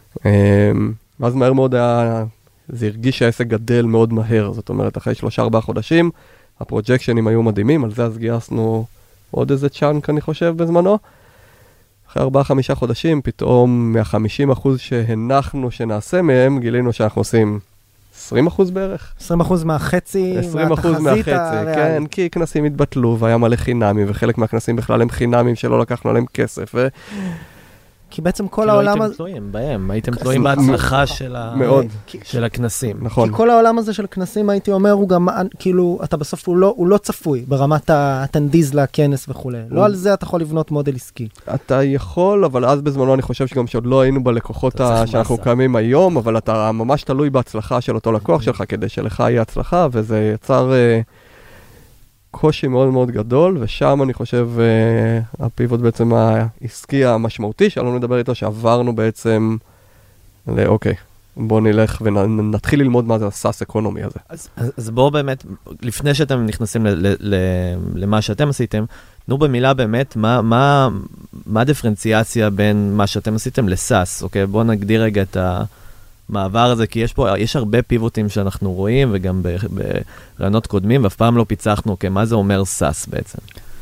ואז מהר מאוד היה, זה הרגיש שהעסק גדל מאוד מהר, זאת אומרת, אחרי שלושה ארבעה חודשים, הפרוג'קשנים היו מדהימים, על זה אז גייסנו עוד איזה צ'אנק, אני חושב, בזמנו. אחרי ארבעה חמישה חודשים, פתאום מה-חמישים אחוז שהנחנו שנעשה מהם, גילינו שאנחנו עושים עשרים אחוז בערך. עשרים אחוז מהחצי, עשרים אחוז מהחצי, כן, כי כנסים התבטלו, והיה מלא חינמים, וחלק מהכנסים בכלל הם חינמים שלא לקחנו עליהם כסף, ו... כי בעצם כל העולם... כאילו הייתם תלויים בהם, הייתם תלויים בהצלחה של הכנסים. נכון. כי כל העולם הזה של כנסים, הייתי אומר, הוא גם, כאילו, אתה בסוף הוא לא צפוי, ברמת התנדיז לכנס וכו'. לא על זה אתה יכול לבנות מודל עסקי. אתה יכול, אבל אז בזמנו אני חושב שגם שעוד לא היינו בלקוחות שאנחנו קיימים היום, אבל אתה ממש תלוי בהצלחה של אותו לקוח שלך, כדי שלך יהיה הצלחה, וזה יצר... קושי מאוד מאוד גדול, ושם אני חושב uh, הפיבוט בעצם העסקי המשמעותי, שעלינו לדבר איתו, שעברנו בעצם לאוקיי, בואו נלך ונתחיל ללמוד מה זה הסאס אקונומי הזה. אז, אז, אז בואו באמת, לפני שאתם נכנסים ל, ל, ל, למה שאתם עשיתם, תנו במילה באמת, מה, מה, מה הדיפרנציאציה בין מה שאתם עשיתם לסאס, אוקיי? בואו נגדיר רגע את ה... מעבר הזה, כי יש פה, יש הרבה פיבוטים שאנחנו רואים, וגם ברעיונות קודמים, ואף פעם לא פיצחנו, כי מה זה אומר סאס בעצם?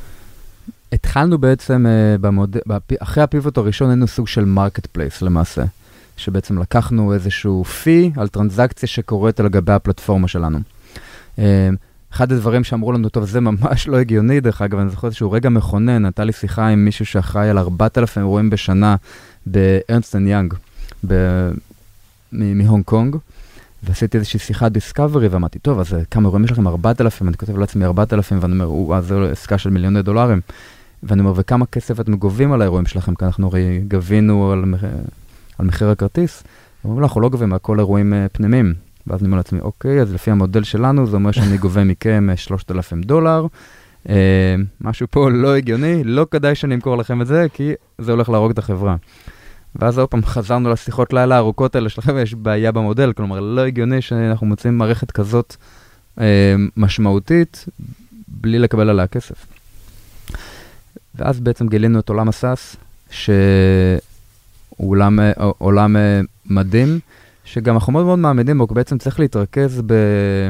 התחלנו בעצם, במוד... אחרי הפיבוט הראשון, היינו סוג של מרקט פלייס למעשה, שבעצם לקחנו איזשהו פי על טרנזקציה שקורית על גבי הפלטפורמה שלנו. אחד הדברים שאמרו לנו, טוב, זה ממש לא הגיוני, דרך אגב, אני זוכר איזשהו רגע מכונן, נתן לי שיחה עם מישהו שאחראי על ארבעת אלפים אירועים בשנה בארנסט אנד יאנג, ב... מהונג קונג, ועשיתי איזושהי שיחת דיסקאברי, ואמרתי, טוב, אז כמה אירועים יש לכם? ארבעת אלפים, אני כותב לעצמי ארבעת אלפים, ואני אומר, אז זו עסקה של מיליוני דולרים, ואני אומר, וכמה כסף אתם גובים על האירועים שלכם? כי אנחנו הרי גבינו על, על מחיר הכרטיס, ואומרים, אנחנו לא גובים על כל אירועים פנימיים, ואז אני אומר לעצמי, אוקיי, אז לפי המודל שלנו, זה אומר שאני גובה מכם שלושת אלפים דולר, משהו פה לא הגיוני, לא כדאי שאני אמכור לכם את זה, כי זה הולך להרוג את החברה. ואז עוד פעם חזרנו לשיחות לילה הארוכות האלה שלכם, ויש בעיה במודל, כלומר, לא הגיוני שאנחנו מוצאים מערכת כזאת אה, משמעותית, בלי לקבל עליה כסף. ואז בעצם גילינו את עולם הסאס, שהוא עולם, עולם אה, מדהים, שגם אנחנו מאוד מאוד מעמידים בו, כי בעצם צריך להתרכז ב...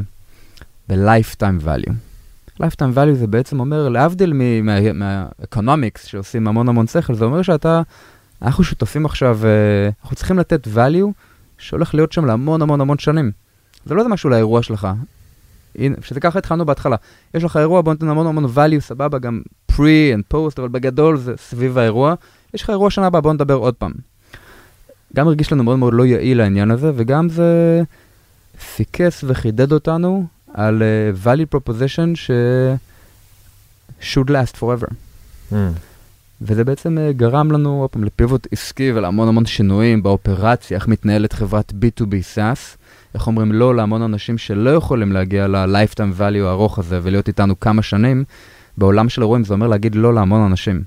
ב-lifetime value. lifetime value זה בעצם אומר, להבדיל מה-economics, שעושים המון המון שכל, זה אומר שאתה... אנחנו שותפים עכשיו, אנחנו צריכים לתת value שהולך להיות שם להמון המון המון שנים. זה לא זה משהו לאירוע שלך. הנה, שזה ככה התחלנו בהתחלה. יש לך אירוע, בוא נתן המון המון value, סבבה, גם pre and post, אבל בגדול זה סביב האירוע. יש לך אירוע שנה הבאה, בוא נדבר עוד פעם. גם הרגיש לנו מאוד מאוד לא יעיל העניין הזה, וגם זה פיקס וחידד אותנו על uh, value proposition ש... should last forever. Mm. וזה בעצם גרם לנו פעם, לפיבוט עסקי ולהמון המון שינויים באופרציה, איך מתנהלת חברת בי טו בי סאס, איך אומרים לא להמון אנשים שלא יכולים להגיע ל-lifetime value הארוך הזה ולהיות איתנו כמה שנים, בעולם של אירועים זה אומר להגיד לא להמון אנשים.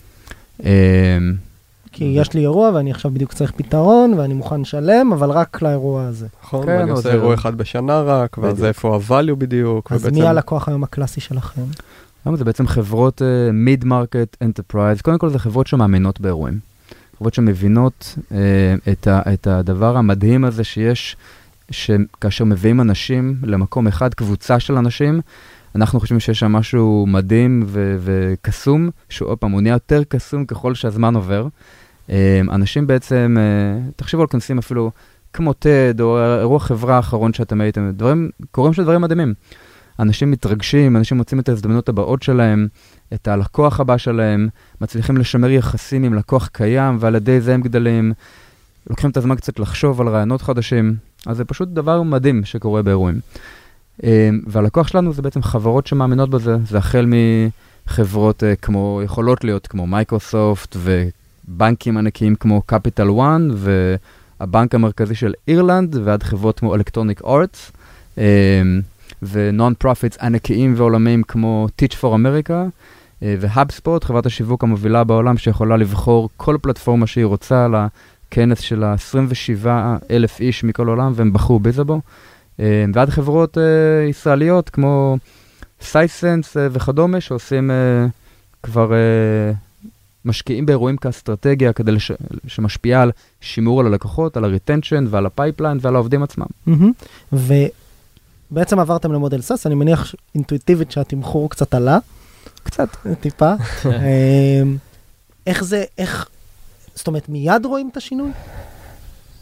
כי יש לי אירוע ואני עכשיו בדיוק צריך פתרון ואני מוכן לשלם, אבל רק לאירוע הזה. נכון, ואני עושה אירוע אחד בשנה רק, ואז איפה ה-value בדיוק. אז מי הלקוח היום הקלאסי שלכם? היום זה בעצם חברות מיד-מרקט אנטרפרייז, קודם כל זה חברות שמאמינות באירועים. חברות שמבינות uh, את, ה, את הדבר המדהים הזה שיש, שכאשר מביאים אנשים למקום אחד, קבוצה של אנשים, אנחנו חושבים שיש שם משהו מדהים ו- וקסום, שהוא עוד פעם, הוא נהיה יותר קסום ככל שהזמן עובר. Uh, אנשים בעצם, uh, תחשבו על כנסים אפילו כמו טד, או אירוע חברה האחרון שאתם הייתם, דברים, קוראים של דברים מדהימים. אנשים מתרגשים, אנשים מוצאים את ההזדמנות הבאות שלהם, את הלקוח הבא שלהם, מצליחים לשמר יחסים עם לקוח קיים, ועל ידי זה הם גדלים, לוקחים את הזמן קצת לחשוב על רעיונות חדשים, אז זה פשוט דבר מדהים שקורה באירועים. והלקוח שלנו זה בעצם חברות שמאמינות בזה, זה החל מחברות כמו, יכולות להיות כמו מייקרוסופט, ובנקים ענקיים כמו קפיטל וואן, והבנק המרכזי של אירלנד, ועד חברות כמו אלקטרוניק ארטס, ונון-פרופיטס ענקיים ועולמיים כמו Teach for America, והאבספוט, חברת השיווק המובילה בעולם, שיכולה לבחור כל פלטפורמה שהיא רוצה לכנס של ה-עשרים ושבעה אלף איש מכל עולם, והם בחרו ביזבו. ועד חברות ישראליות כמו סייסנס וכדומה, שעושים כבר משקיעים באירועים כאסטרטגיה, כדי לש... שמשפיעה על שימור על הלקוחות, על הריטנשן ועל הפייפליין ועל העובדים עצמם. ו... בעצם עברתם למודל סאס, אני מניח אינטואיטיבית שהתמחור קצת עלה. קצת. טיפה. איך זה, איך, זאת אומרת, מיד רואים את השינוי?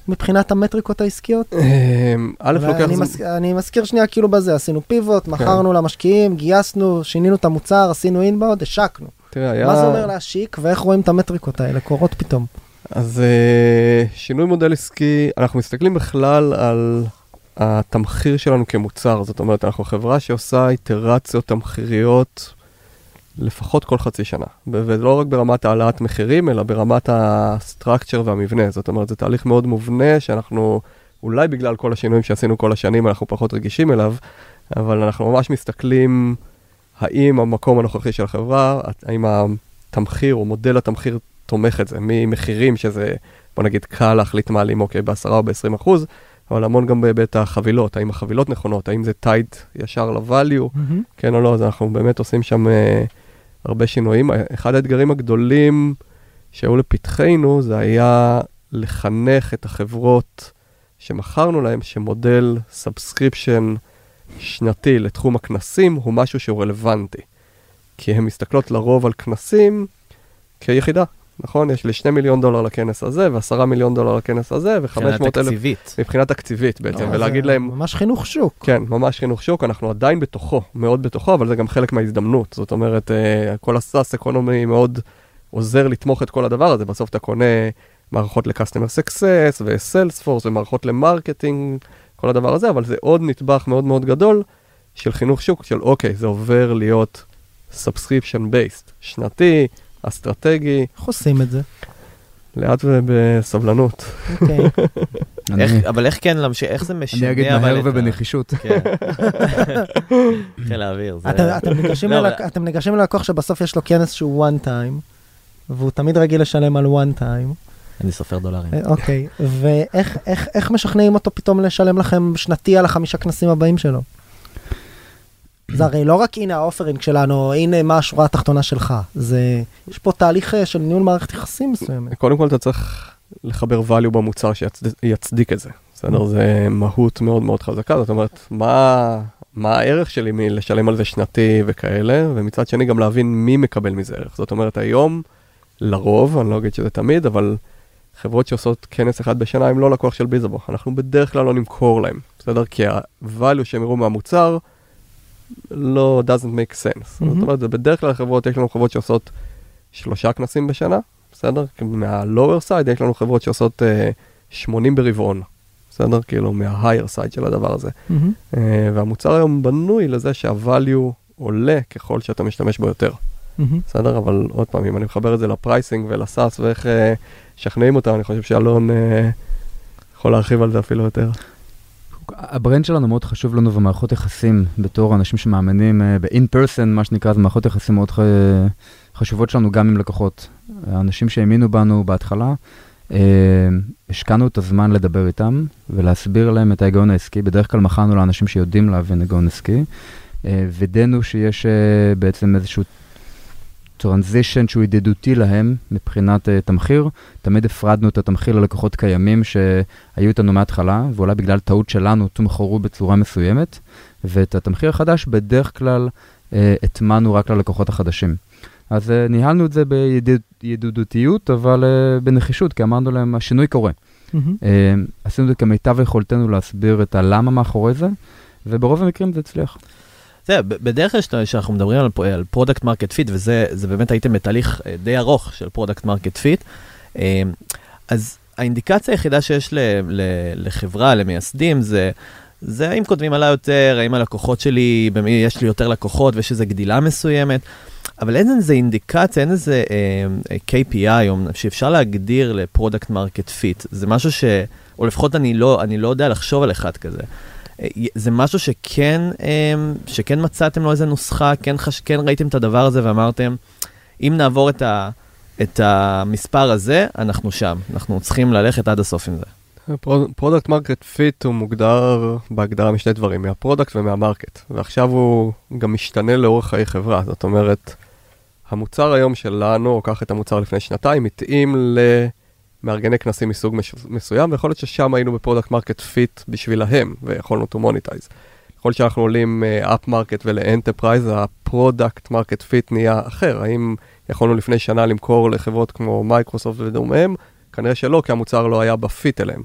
מבחינת המטריקות העסקיות? א', לוקח... אני מזכיר שנייה כאילו בזה, עשינו פיבוט, מכרנו למשקיעים, גייסנו, שינינו את המוצר, עשינו אינבאונד, השקנו. מה זה אומר להשיק, ואיך רואים את המטריקות האלה, קורות פתאום? אז שינוי מודל עסקי, אנחנו מסתכלים בכלל על התמחיר שלנו כמוצר, זאת אומרת, אנחנו חברה שעושה איטרציות תמחיריות לפחות כל חצי שנה, ולא רק ברמת העלאת מחירים, אלא ברמת הסטרקצ'ר והמבנה, זאת אומרת, זה תהליך מאוד מובנה, שאנחנו, אולי בגלל כל השינויים שעשינו כל השנים, אנחנו פחות רגישים אליו, אבל אנחנו ממש מסתכלים האם המקום הנוכחי של החברה, האם התמחיר או מודל התמחיר תומך את זה, ממחירים שזה, בוא נגיד, קל להחליט מעלים, אוקיי, בעשרה או בעשרים אחוז, אבל המון גם בהיבט החבילות, האם החבילות נכונות, האם זה טייט ישר לוואליו, mm-hmm. כן או לא, אז אנחנו באמת עושים שם uh, הרבה שינויים. אחד האתגרים הגדולים שהיו לפתחנו, זה היה לחנך את החברות שמכרנו להם, שמודל סאבסקריפשן שנתי לתחום הכנסים, הוא משהו שהוא רלוונטי. כי הן מסתכלות לרוב על כנסים כיחידה. נכון? יש לי שני מיליון דולר לכנס הזה, ועשרה מיליון דולר לכנס הזה, וחמש מאות אלף... מבחינת תקציבית. מבחינת תקציבית בעצם, ולהגיד להם... ממש חינוך שוק. כן, ממש חינוך שוק, אנחנו עדיין בתוכו, מאוד בתוכו, אבל זה גם חלק מההזדמנות. זאת אומרת, כל הסאס אקונומי מאוד עוזר לתמוך את כל הדבר הזה. בסוף אתה קונה מערכות ל-Customer Success, ו-Salesforce, ומערכות למרקטינג, כל הדבר הזה, אבל זה עוד נטבח מאוד מאוד גדול של חינוך שוק, של אוקיי, זה עובר להיות subscription based, שנתי, אסטרטגי. איך עושים את זה? לאט ובסבלנות. אוקיי. אבל איך כן להמשיך, איך זה משנה? אני אגיד מהר ובנחישות. חיל האוויר. אתם ניגשים ללקוח שבסוף יש לו כנס שהוא one time, והוא תמיד רגיל לשלם על one time. אני סופר דולרים. אוקיי, ואיך משכנעים אותו פתאום לשלם לכם שנתי על החמישה כנסים הבאים שלו? זה הרי לא רק הנה האופרינג שלנו, הנה מה השורה התחתונה שלך. זה, יש פה תהליך של ניהול מערכת יחסים מסוימת. קודם כל אתה צריך לחבר value במוצר שיצדיק את זה. בסדר, זה מהות מאוד מאוד חזקה. זאת אומרת, מה, מה הערך שלי מלשלם על זה שנתי וכאלה, ומצד שני גם להבין מי מקבל מזה ערך. זאת אומרת, היום, לרוב, אני לא אגיד שזה תמיד, אבל חברות שעושות כנס אחד בשנה הם לא לקוח של ביזאבו. אנחנו בדרך כלל לא נמכור להם. בסדר, כי ה-value שהם יראו מהמוצר, לא doesn't make sense. Mm-hmm. זאת אומרת, בדרך כלל חברות, יש לנו חברות שעושות שלושה כנסים בשנה, בסדר? מה-lower side יש לנו חברות שעושות uh, שמונים ברבעון, בסדר? כאילו מה-higher side של הדבר הזה. Mm-hmm. Uh, והמוצר היום בנוי לזה שה-value עולה ככל שאתה משתמש בו יותר. Mm-hmm. בסדר? אבל עוד פעם, אם אני מחבר את זה לפרייסינג ולסאס ואיך uh, שכנעים אותם, אני חושב שאלון uh, יכול להרחיב על זה אפילו יותר. הברנד שלנו מאוד חשוב לנו במערכות יחסים בתור אנשים שמאמינים ב-in person, מה שנקרא, זה מערכות יחסים מאוד חשובות שלנו גם עם לקוחות. האנשים שהאמינו בנו בהתחלה, השקענו את הזמן לדבר איתם ולהסביר להם את ההיגיון העסקי. בדרך כלל מכרנו לאנשים שיודעים להבין היגיון עסקי, ודנו שיש בעצם איזשהו טרנזישן שהוא ידידותי להם מבחינת uh, תמחיר. תמיד הפרדנו את התמחיר ללקוחות קיימים שהיו איתנו מההתחלה, ואולי בגלל טעות שלנו תומחרו בצורה מסוימת, ואת התמחיר החדש בדרך כלל uh, התמנו רק ללקוחות החדשים. אז uh, ניהלנו את זה בידידותיות, אבל uh, בנחישות, כי אמרנו להם, השינוי קורה. Mm-hmm. Uh, עשינו את זה כמיטב יכולתנו להסביר את הלמה מאחורי זה, וברוב המקרים זה הצליח. זה, בדרך כלל שאנחנו מדברים על פרודקט מרקט פיט, וזה באמת הייתם בתהליך די ארוך של פרודקט מרקט פיט, אז האינדיקציה היחידה שיש לחברה, למייסדים, זה, זה האם כותבים עליי יותר, האם הלקוחות שלי, במי יש לי יותר לקוחות, ויש איזו גדילה מסוימת, אבל אין איזה אינדיקציה, אין איזה קיי פי איי, שאפשר להגדיר לפרודקט מרקט פיט. זה משהו ש, או לפחות אני לא, אני לא יודע לחשוב על אחד כזה. זה משהו שכן, שכן מצאתם לו איזה נוסחה, כן, חש, כן ראיתם את הדבר הזה ואמרתם, אם נעבור את, ה, את המספר הזה, אנחנו שם. אנחנו צריכים ללכת עד הסוף עם זה. פרודקט מרקט פיט הוא מוגדר בהגדרה משני דברים, מהפרודקט ומהמרקט. ועכשיו הוא גם משתנה לאורך חיי חברה. זאת אומרת, המוצר היום שלנו, או קח את המוצר לפני שנתיים, מתאים ל... מארגני כנסים מסוג מסוים, ויכול להיות ששם היינו בפרודקט מרקט פיט בשבילהם, ויכולנו to monetize. יכול להיות שאנחנו עולים אפ מרקט ולאנטרפרייז, הפרודקט מרקט פיט נהיה אחר. האם יכולנו לפני שנה למכור לחברות כמו מייקרוסופט ודומיהם? כנראה שלא, כי המוצר לא היה בפיט אליהם.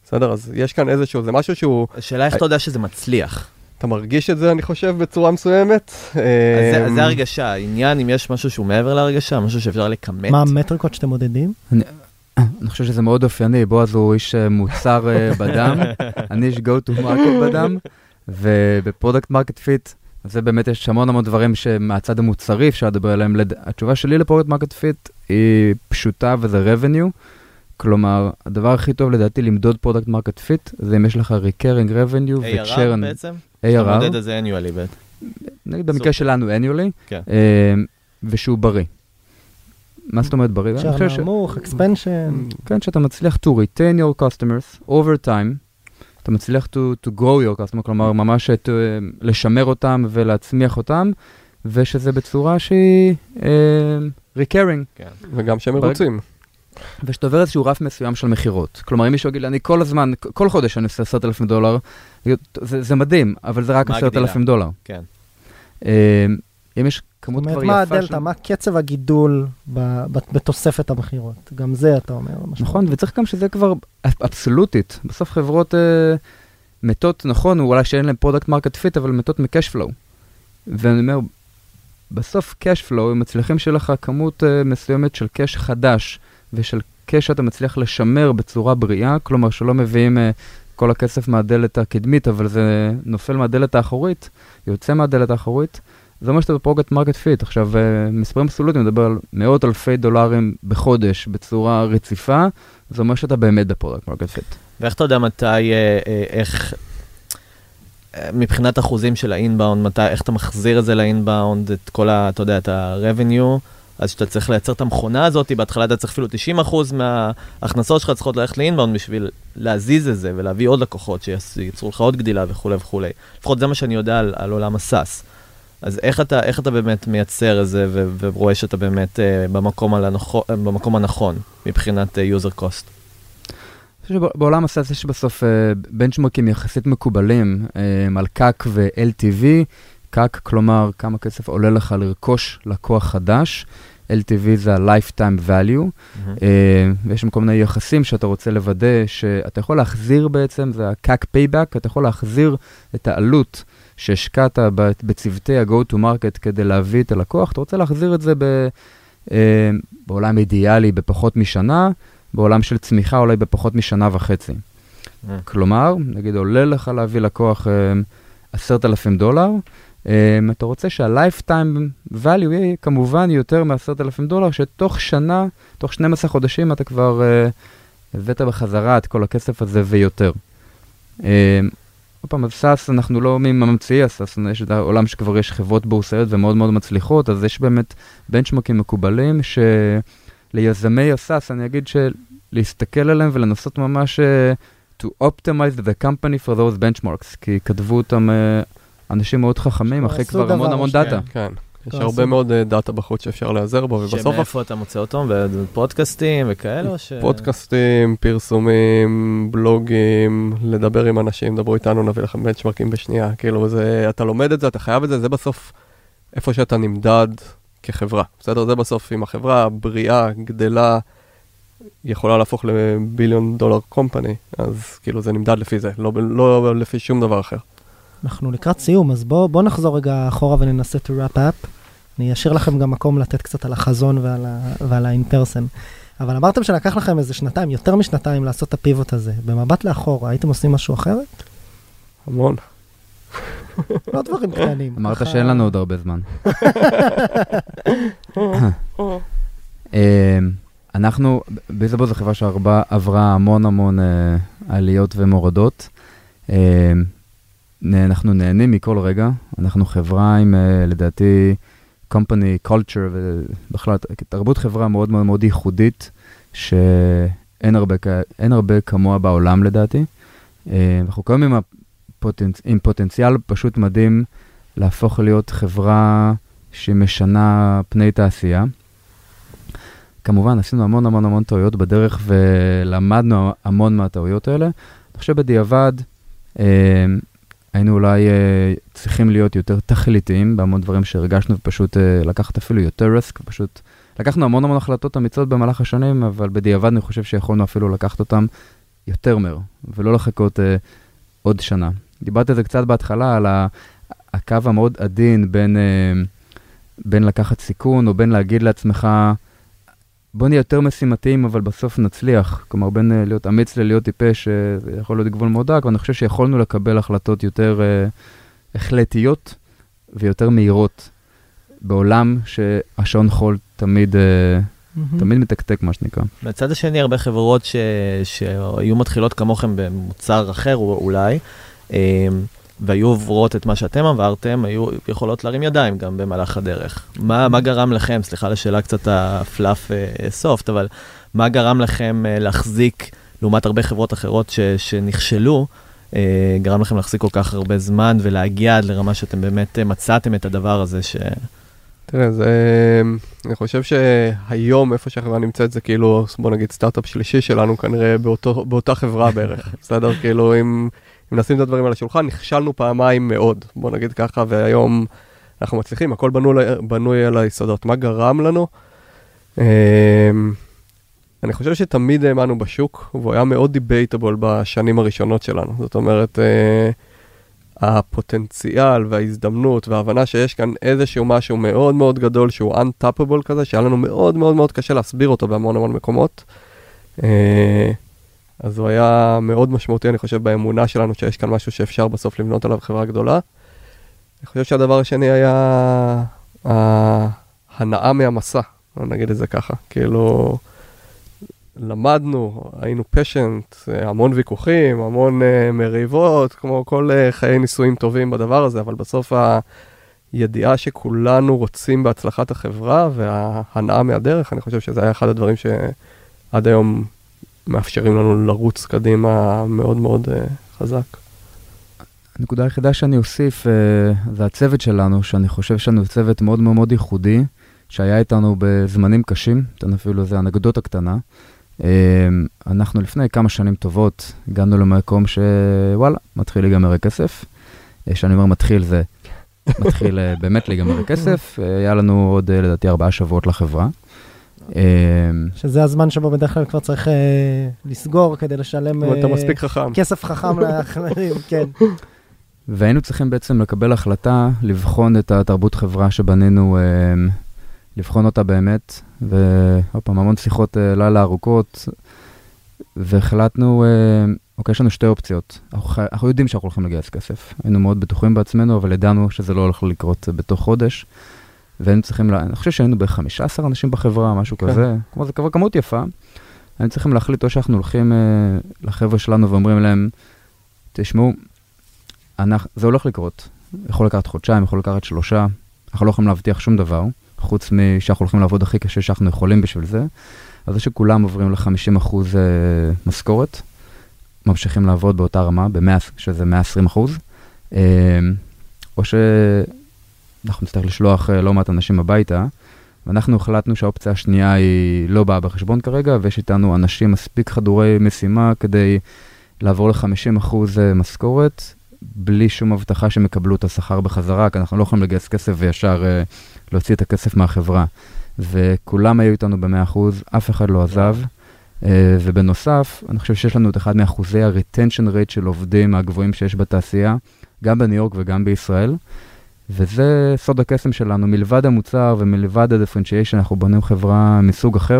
בסדר? אז יש כאן איזשהו, זה משהו שהוא... השאלה איך אתה יודע שזה מצליח. אתה מרגיש את זה, אני חושב, בצורה מסוימת. אז זה, אז זה הרגשה, העניין אם יש משהו שהוא מעבר להרגשה, משהו שאפשר לכמת. מה המטריקות שאתם מודדים? אני, אני חושב שזה מאוד אופייני, בועז הוא איש מוצר בדם, אני איש go to market בדם, ובפרודקט מרקט פיט, זה באמת יש המון המון דברים שמהצד המוצרי אפשר לדבר עליהם. התשובה שלי לפרודקט מרקט פיט היא פשוטה וזה revenue, כלומר, הדבר הכי טוב לדעתי למדוד פרודקט מרקט פיט, זה אם יש לך recurring revenue ו-churn. איי אר אר בעצם? איי אר אר. אתה מודד את זה annually בעצם. נגיד במקרה שלנו annually, כן. ושהוא בריא. מה זאת אומרת בריא? churn נמוך, expansion. כן, שאתה מצליח to retain your customers over time, אתה מצליח to, to grow your customer, כלומר ממש to, לשמר אותם ולהצמיח אותם, ושזה בצורה שהיא uh, recurring. כן. וגם שהם מרוצים. ושאתה עובר איזשהו רף מסוים של מחירות. כלומר, אם מישהו יגיד לי, אני כל הזמן, כל חודש אני עושה עשרת אלפים דולר, זה, זה מדהים, אבל זה רק עשרת אלפים דולר. כן. Uh, אם יש כמות כבר יפה... מה הדלטה, מה קצב הגידול בתוספת המחירות? גם זה אתה אומר. נכון, וצריך גם שזה כבר אבסולוטית. בסוף חברות uh, מתות, נכון, אולי שאין להם פרודקט מרקט פיט, אבל מתות מקש פלואו. ואני אומר, בסוף קש פלואו, הם מצליחים שלך כמות uh, מסוימת של קש חדש, ושל קש שאתה מצליח לשמר בצורה בריאה, כלומר שלא מביאים uh, כל הכסף מהדלת הקדמית, אבל זה נופל מהדלת האחורית, יוצא מהדלת האחורית, זה מה שאתה בפרודקט מרקט פיט. עכשיו, מספרים אבסולוטיים, מדבר על מאות אלפי דולרים בחודש בצורה רציפה, זה אומר שאתה באמת בפרודקט מרקט פיט. ואיך אתה יודע מתי, איך, מבחינת אחוזים של האינבאונד, מתי, איך אתה מחזיר את זה לאינבאונד, את כל ה, אתה יודע, את ה-revenue, אז שאתה צריך לייצר את המכונה הזאת, בהתחלה אתה צריך אפילו תשעים אחוז מההכנסות שלך צריכות ללכת לאינבאונד בשביל להזיז את זה ולהביא עוד לקוחות שייצרו לך עוד גדילה וכו' וכו'. לפחות זה מה שאני יודע על, על עולם הסאס. אז איך אתה, איך אתה באמת מייצר את זה ו- ורואה שאתה באמת uh, במקום, הנכון, במקום הנכון מבחינת uh, user cost? בעולם הסאס יש בסוף uh, בנצ'מרקים יחסית מקובלים um, על קאק ו-אל טי וי. קאק, כלומר, כמה כסף עולה לך לרכוש לקוח חדש. אל טי וי זה ה-lifetime value. Mm-hmm. Uh, ויש שם כל מיני יחסים שאתה רוצה לוודא שאתה יכול להחזיר בעצם, זה ה-קאק payback, אתה יכול להחזיר את העלות שהשקעת בצוותי ה-go-to-market כדי להביא את הלקוח, אתה רוצה להחזיר את זה ב, אה, בעולם אידיאלי בפחות משנה, בעולם של צמיחה אולי בפחות משנה וחצי. Mm. כלומר, נגיד עולה לך להביא לקוח עשרת אלפים דולר, אה, אתה רוצה שה-lifetime value יהיה כמובן יותר מ-עשרת אלפים דולר, שתוך שנה, תוך שנים עשר חודשים אתה כבר אה, הבאת בחזרה את כל הכסף הזה ויותר. אה, עוד פעם, אז סאס, אנחנו לא ממציאי הסאס, יש את העולם שכבר יש חברות בורסאיות ומאוד מאוד מצליחות, אז יש באמת בנצ'מרקים מקובלים שליזמי הסאס, אני אגיד שלהסתכל עליהם ולנסות ממש to optimize the company for those benchmarks, כי כתבו אותם אנשים מאוד חכמים, אחרי כבר המון המון דאטה. כן. יש הרבה מאוד דאטה בחוץ שאפשר להיעזר בו, ובסוף... שמאיפה אתה מוצא אותם? בפודקאסטים וכאלה? פודקאסטים, פרסומים, בלוגים, לדבר עם אנשים, דברו איתנו, נביא לכם בנצ'מרקים בשנייה. כאילו, אתה לומד את זה, אתה חייב את זה, זה בסוף איפה שאתה נמדד כחברה. בסדר? זה בסוף, אם החברה בריאה, גדלה, יכולה להפוך לביליון דולר קומפני, אז כאילו זה נמדד לפי זה, לא לפי שום דבר אחר. אנחנו לקראת סיום, אז בוא, בוא נחזור רגע אחורה וננסה to wrap up. אני אשאיר לכם גם מקום לתת קצת על החזון ועל ה, ועל ה-in-person. אבל אמרתם שלקח לכם איזה שנתיים, יותר משנתיים לעשות את הפיבוט הזה. במבט לאחורה, הייתם עושים משהו אחרת? המון. לא דברים קטנים. אמרת שאין לנו עוד הרבה זמן. אנחנו, ביזבו זו חברה שעברה המון המון עליות ומורדות. אנחנו נהנים מכל רגע, אנחנו חברה עם, לדעתי, company culture, ובכלל, תרבות חברה מאוד מאוד מאוד ייחודית, שאין הרבה, אין הרבה כמוה בעולם, לדעתי. אנחנו קוראים עם, הפוטנצ... עם פוטנציאל פשוט מדהים להפוך להיות חברה שמשנה פני תעשייה. כמובן, עשינו המון המון המון טעויות בדרך, ולמדנו המון מהטעויות האלה. אני חושב בדיעבד, היינו אולי uh, צריכים להיות יותר תכליתיים בהמון דברים שהרגשנו, ופשוט uh, לקחת אפילו יותר ריסק, ופשוט לקחנו המון המון החלטות אמיצות במהלך השנים, אבל בדיעבד אני חושב שיכולנו אפילו לקחת אותם יותר מהר, ולא לחכות אה, עוד שנה. דיברתי על זה קצת בהתחלה, על ה, הקו המאוד עדין בין, אה, בין לקחת סיכון, או בין להגיד לעצמך, בוא נהיה יותר משימתיים, אבל בסוף נצליח. כלומר, בין uh, להיות אמיץ ללהיות טיפש, זה uh, יכול להיות גבול מאוד דק, ואני חושב שיכולנו לקבל החלטות יותר uh, החלטיות ויותר מהירות בעולם שהשעון חול תמיד, uh, mm-hmm. תמיד מתקתק, מה שנקרא. בצד השני, הרבה חברות ש... שהיו מתחילות כמוכם במוצר אחר אולי, והיו עוברות את מה שאתם עברתם, היו יכולות להרים ידיים גם במהלך הדרך. מה, מה גרם לכם, סליחה לשאלה קצת הפלאף סופט, אבל מה גרם לכם להחזיק, לעומת הרבה חברות אחרות ש, שנכשלו, גרם לכם להחזיק כל כך הרבה זמן ולהגיע עד לרמה שאתם באמת מצאתם את הדבר הזה ש... תראה, זה, אני חושב שהיום איפה שהחברה נמצאת זה כאילו, בוא נגיד סטארט-אפ שלישי שלנו כנראה באותו, באותה חברה בערך. בסדר, כאילו אם... אם נשים את הדברים על השולחן, נכשלנו פעמיים מאוד, בוא נגיד ככה, והיום אנחנו מצליחים, הכל בנוי, בנוי על היסודות. מה גרם לנו? אני חושב שתמיד האמנו בשוק, והוא היה מאוד דיבייטבול בשנים הראשונות שלנו. זאת אומרת, הפוטנציאל וההזדמנות וההבנה שיש כאן איזשהו משהו מאוד מאוד גדול, שהוא untappable כזה, שהיה לנו מאוד מאוד מאוד קשה להסביר אותו בהמון המון מקומות. אז הוא היה מאוד משמעותי, אני חושב, באמונה שלנו שיש כאן משהו שאפשר בסוף לבנות עליו חברה גדולה. אני חושב שהדבר השני היה ההנאה מהמסע, נגיד את זה ככה. כאילו, למדנו, היינו פשנט, המון ויכוחים, המון uh, מריבות, כמו כל uh, חיי ניסויים טובים בדבר הזה, אבל בסוף הידיעה שכולנו רוצים בהצלחת החברה וההנאה מהדרך, אני חושב שזה היה אחד הדברים שעד היום מאפשרים לנו לרוץ קדימה מאוד מאוד uh, חזק. הנקודה היחידה שאני אוסיף, uh, זה הצוות שלנו, שאני חושב שאנו צוות מאוד מאוד מאוד ייחודי, שהיה איתנו בזמנים קשים, אתן אפילו איזו אנקדוטה קטנה. Uh, אנחנו לפני כמה שנים טובות, הגענו למקום שוואלה, מתחיל להיגמר הכסף. Uh, שאני אומר מתחיל זה, מתחיל uh, באמת להיגמר הכסף. Uh, היה לנו עוד, uh, לדעתי, ארבעה שבועות לחברה. שזה הזמן שבו בדרך כלל כבר צריך לסגור כדי לשלם אתה מספיק חכם. כסף חכם לאחרים, כן. והיינו צריכים בעצם לקבל החלטה, לבחון את התרבות חברה שבנינו, לבחון אותה באמת, ועוד פעם, המון שיחות לילה ארוכות, והחלטנו, אוקיי, יש לנו שתי אופציות. אנחנו יודעים שאנחנו הולכים לגייס כסף. היינו מאוד בטוחים בעצמנו, אבל ידענו שזה לא הולך לקרות בתוך חודש. והיינו צריכים, לה... אני חושב שהיינו ב-חמישה עשר אנשים בחברה, משהו כן. כזה, כמו זה כבר כמות יפה. היינו צריכים להחליט או שאנחנו הולכים אה, לחבר'ה שלנו ואומרים להם, תשמעו, אנחנו... זה הולך לקרות. יכול לקחת חודשיים, יכול לקחת שלושה, אנחנו לא יכולים להבטיח שום דבר, חוץ משאנחנו הולכים לעבוד הכי קשה שאנחנו יכולים בשביל זה. אז זה שכולם עוברים ל-חמישים אחוז אה, משכורת, ממשיכים לעבוד באותה רמה, ב-מאה, שזה מאה ועשרים אחוז, אה, או ש... אנחנו נצטרך לשלוח לא מעט אנשים הביתה, ואנחנו החלטנו שהאופציה השנייה היא לא באה בחשבון כרגע, ויש איתנו אנשים מספיק חדורי משימה כדי לעבור ל-חמישים אחוז משכורת, בלי שום הבטחה שהם יקבלו את השכר בחזרה, כי אנחנו לא יכולים לגייס כסף וישר להוציא את הכסף מהחברה. וכולם היו איתנו ב-מאה אחוז, אף אחד לא עזב, ובנוסף, אני חושב שיש לנו את אחד מאחוזי ה-retention rate של עובדים הגבוהים שיש בתעשייה, גם בניו יורק וגם בישראל, וזה סוד הקסם שלנו, מלבד המוצר ומלבד ה-differentiation, אנחנו בונים חברה מסוג אחר,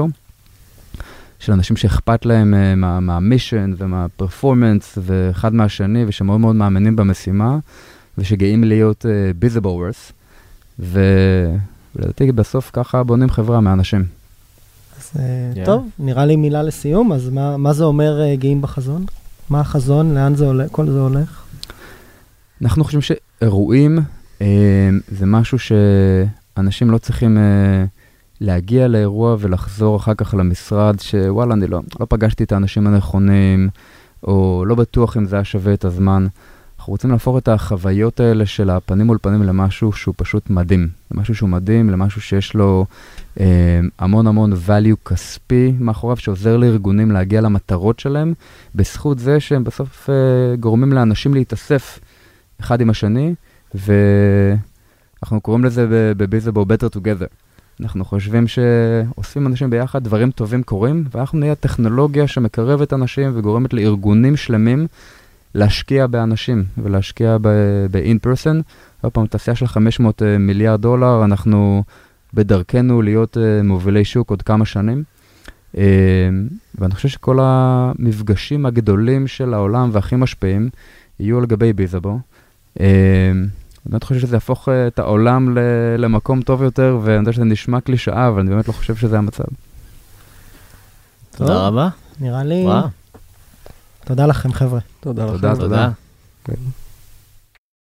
של אנשים שאכפת להם מה, מהמישן ומהפרפורמנס, ואחד מהשני, ושמאוד מאוד מאמינים במשימה, ושגאים להיות uh, bizablers, ולדעתי בסוף ככה בונים חברה מאנשים. אז yeah. טוב, נראה לי מילה לסיום, אז מה, מה זה אומר uh, גאים בחזון? מה החזון? לאן זה הולך? כל זה הולך? אנחנו חושבים שאירועים, זה משהו שאנשים לא צריכים להגיע לאירוע ולחזור אחר כך למשרד, שוואלה, אני לא, לא פגשתי את האנשים הנכונים, או לא בטוח אם זה היה שווה את הזמן. אנחנו רוצים להפוך את החוויות האלה של הפנים מול פנים למשהו שהוא פשוט מדהים. למשהו שהוא מדהים, למשהו שיש לו אה, המון המון value כספי מאחוריו, שעוזר לארגונים להגיע למטרות שלהם, בזכות זה שהם בסוף אה, גורמים לאנשים להתאסף אחד עם השני, ואנחנו קוראים לזה בביזבו better together. אנחנו חושבים שאוספים אנשים ביחד, דברים טובים קורים, ואנחנו נהיה טכנולוגיה שמקרבת אנשים וגורמת לארגונים שלמים להשקיע באנשים ולהשקיע ב-in person. עוד פעם, תעשייה של חמש מאות מיליארד דולר, אנחנו בדרכנו להיות מובילי שוק עוד כמה שנים. ואני חושב שכל המפגשים הגדולים של העולם והכי משפיעים יהיו על גבי ביזאבו. אני חושב שזה יהפוך את העולם למקום טוב יותר, ואני יודע שזה נשמע קלישאה, אבל אני באמת לא חושב שזה המצב. תודה רבה. נראה לי... תודה לכם, חבר'ה. תודה לכם. תודה, תודה. תודה.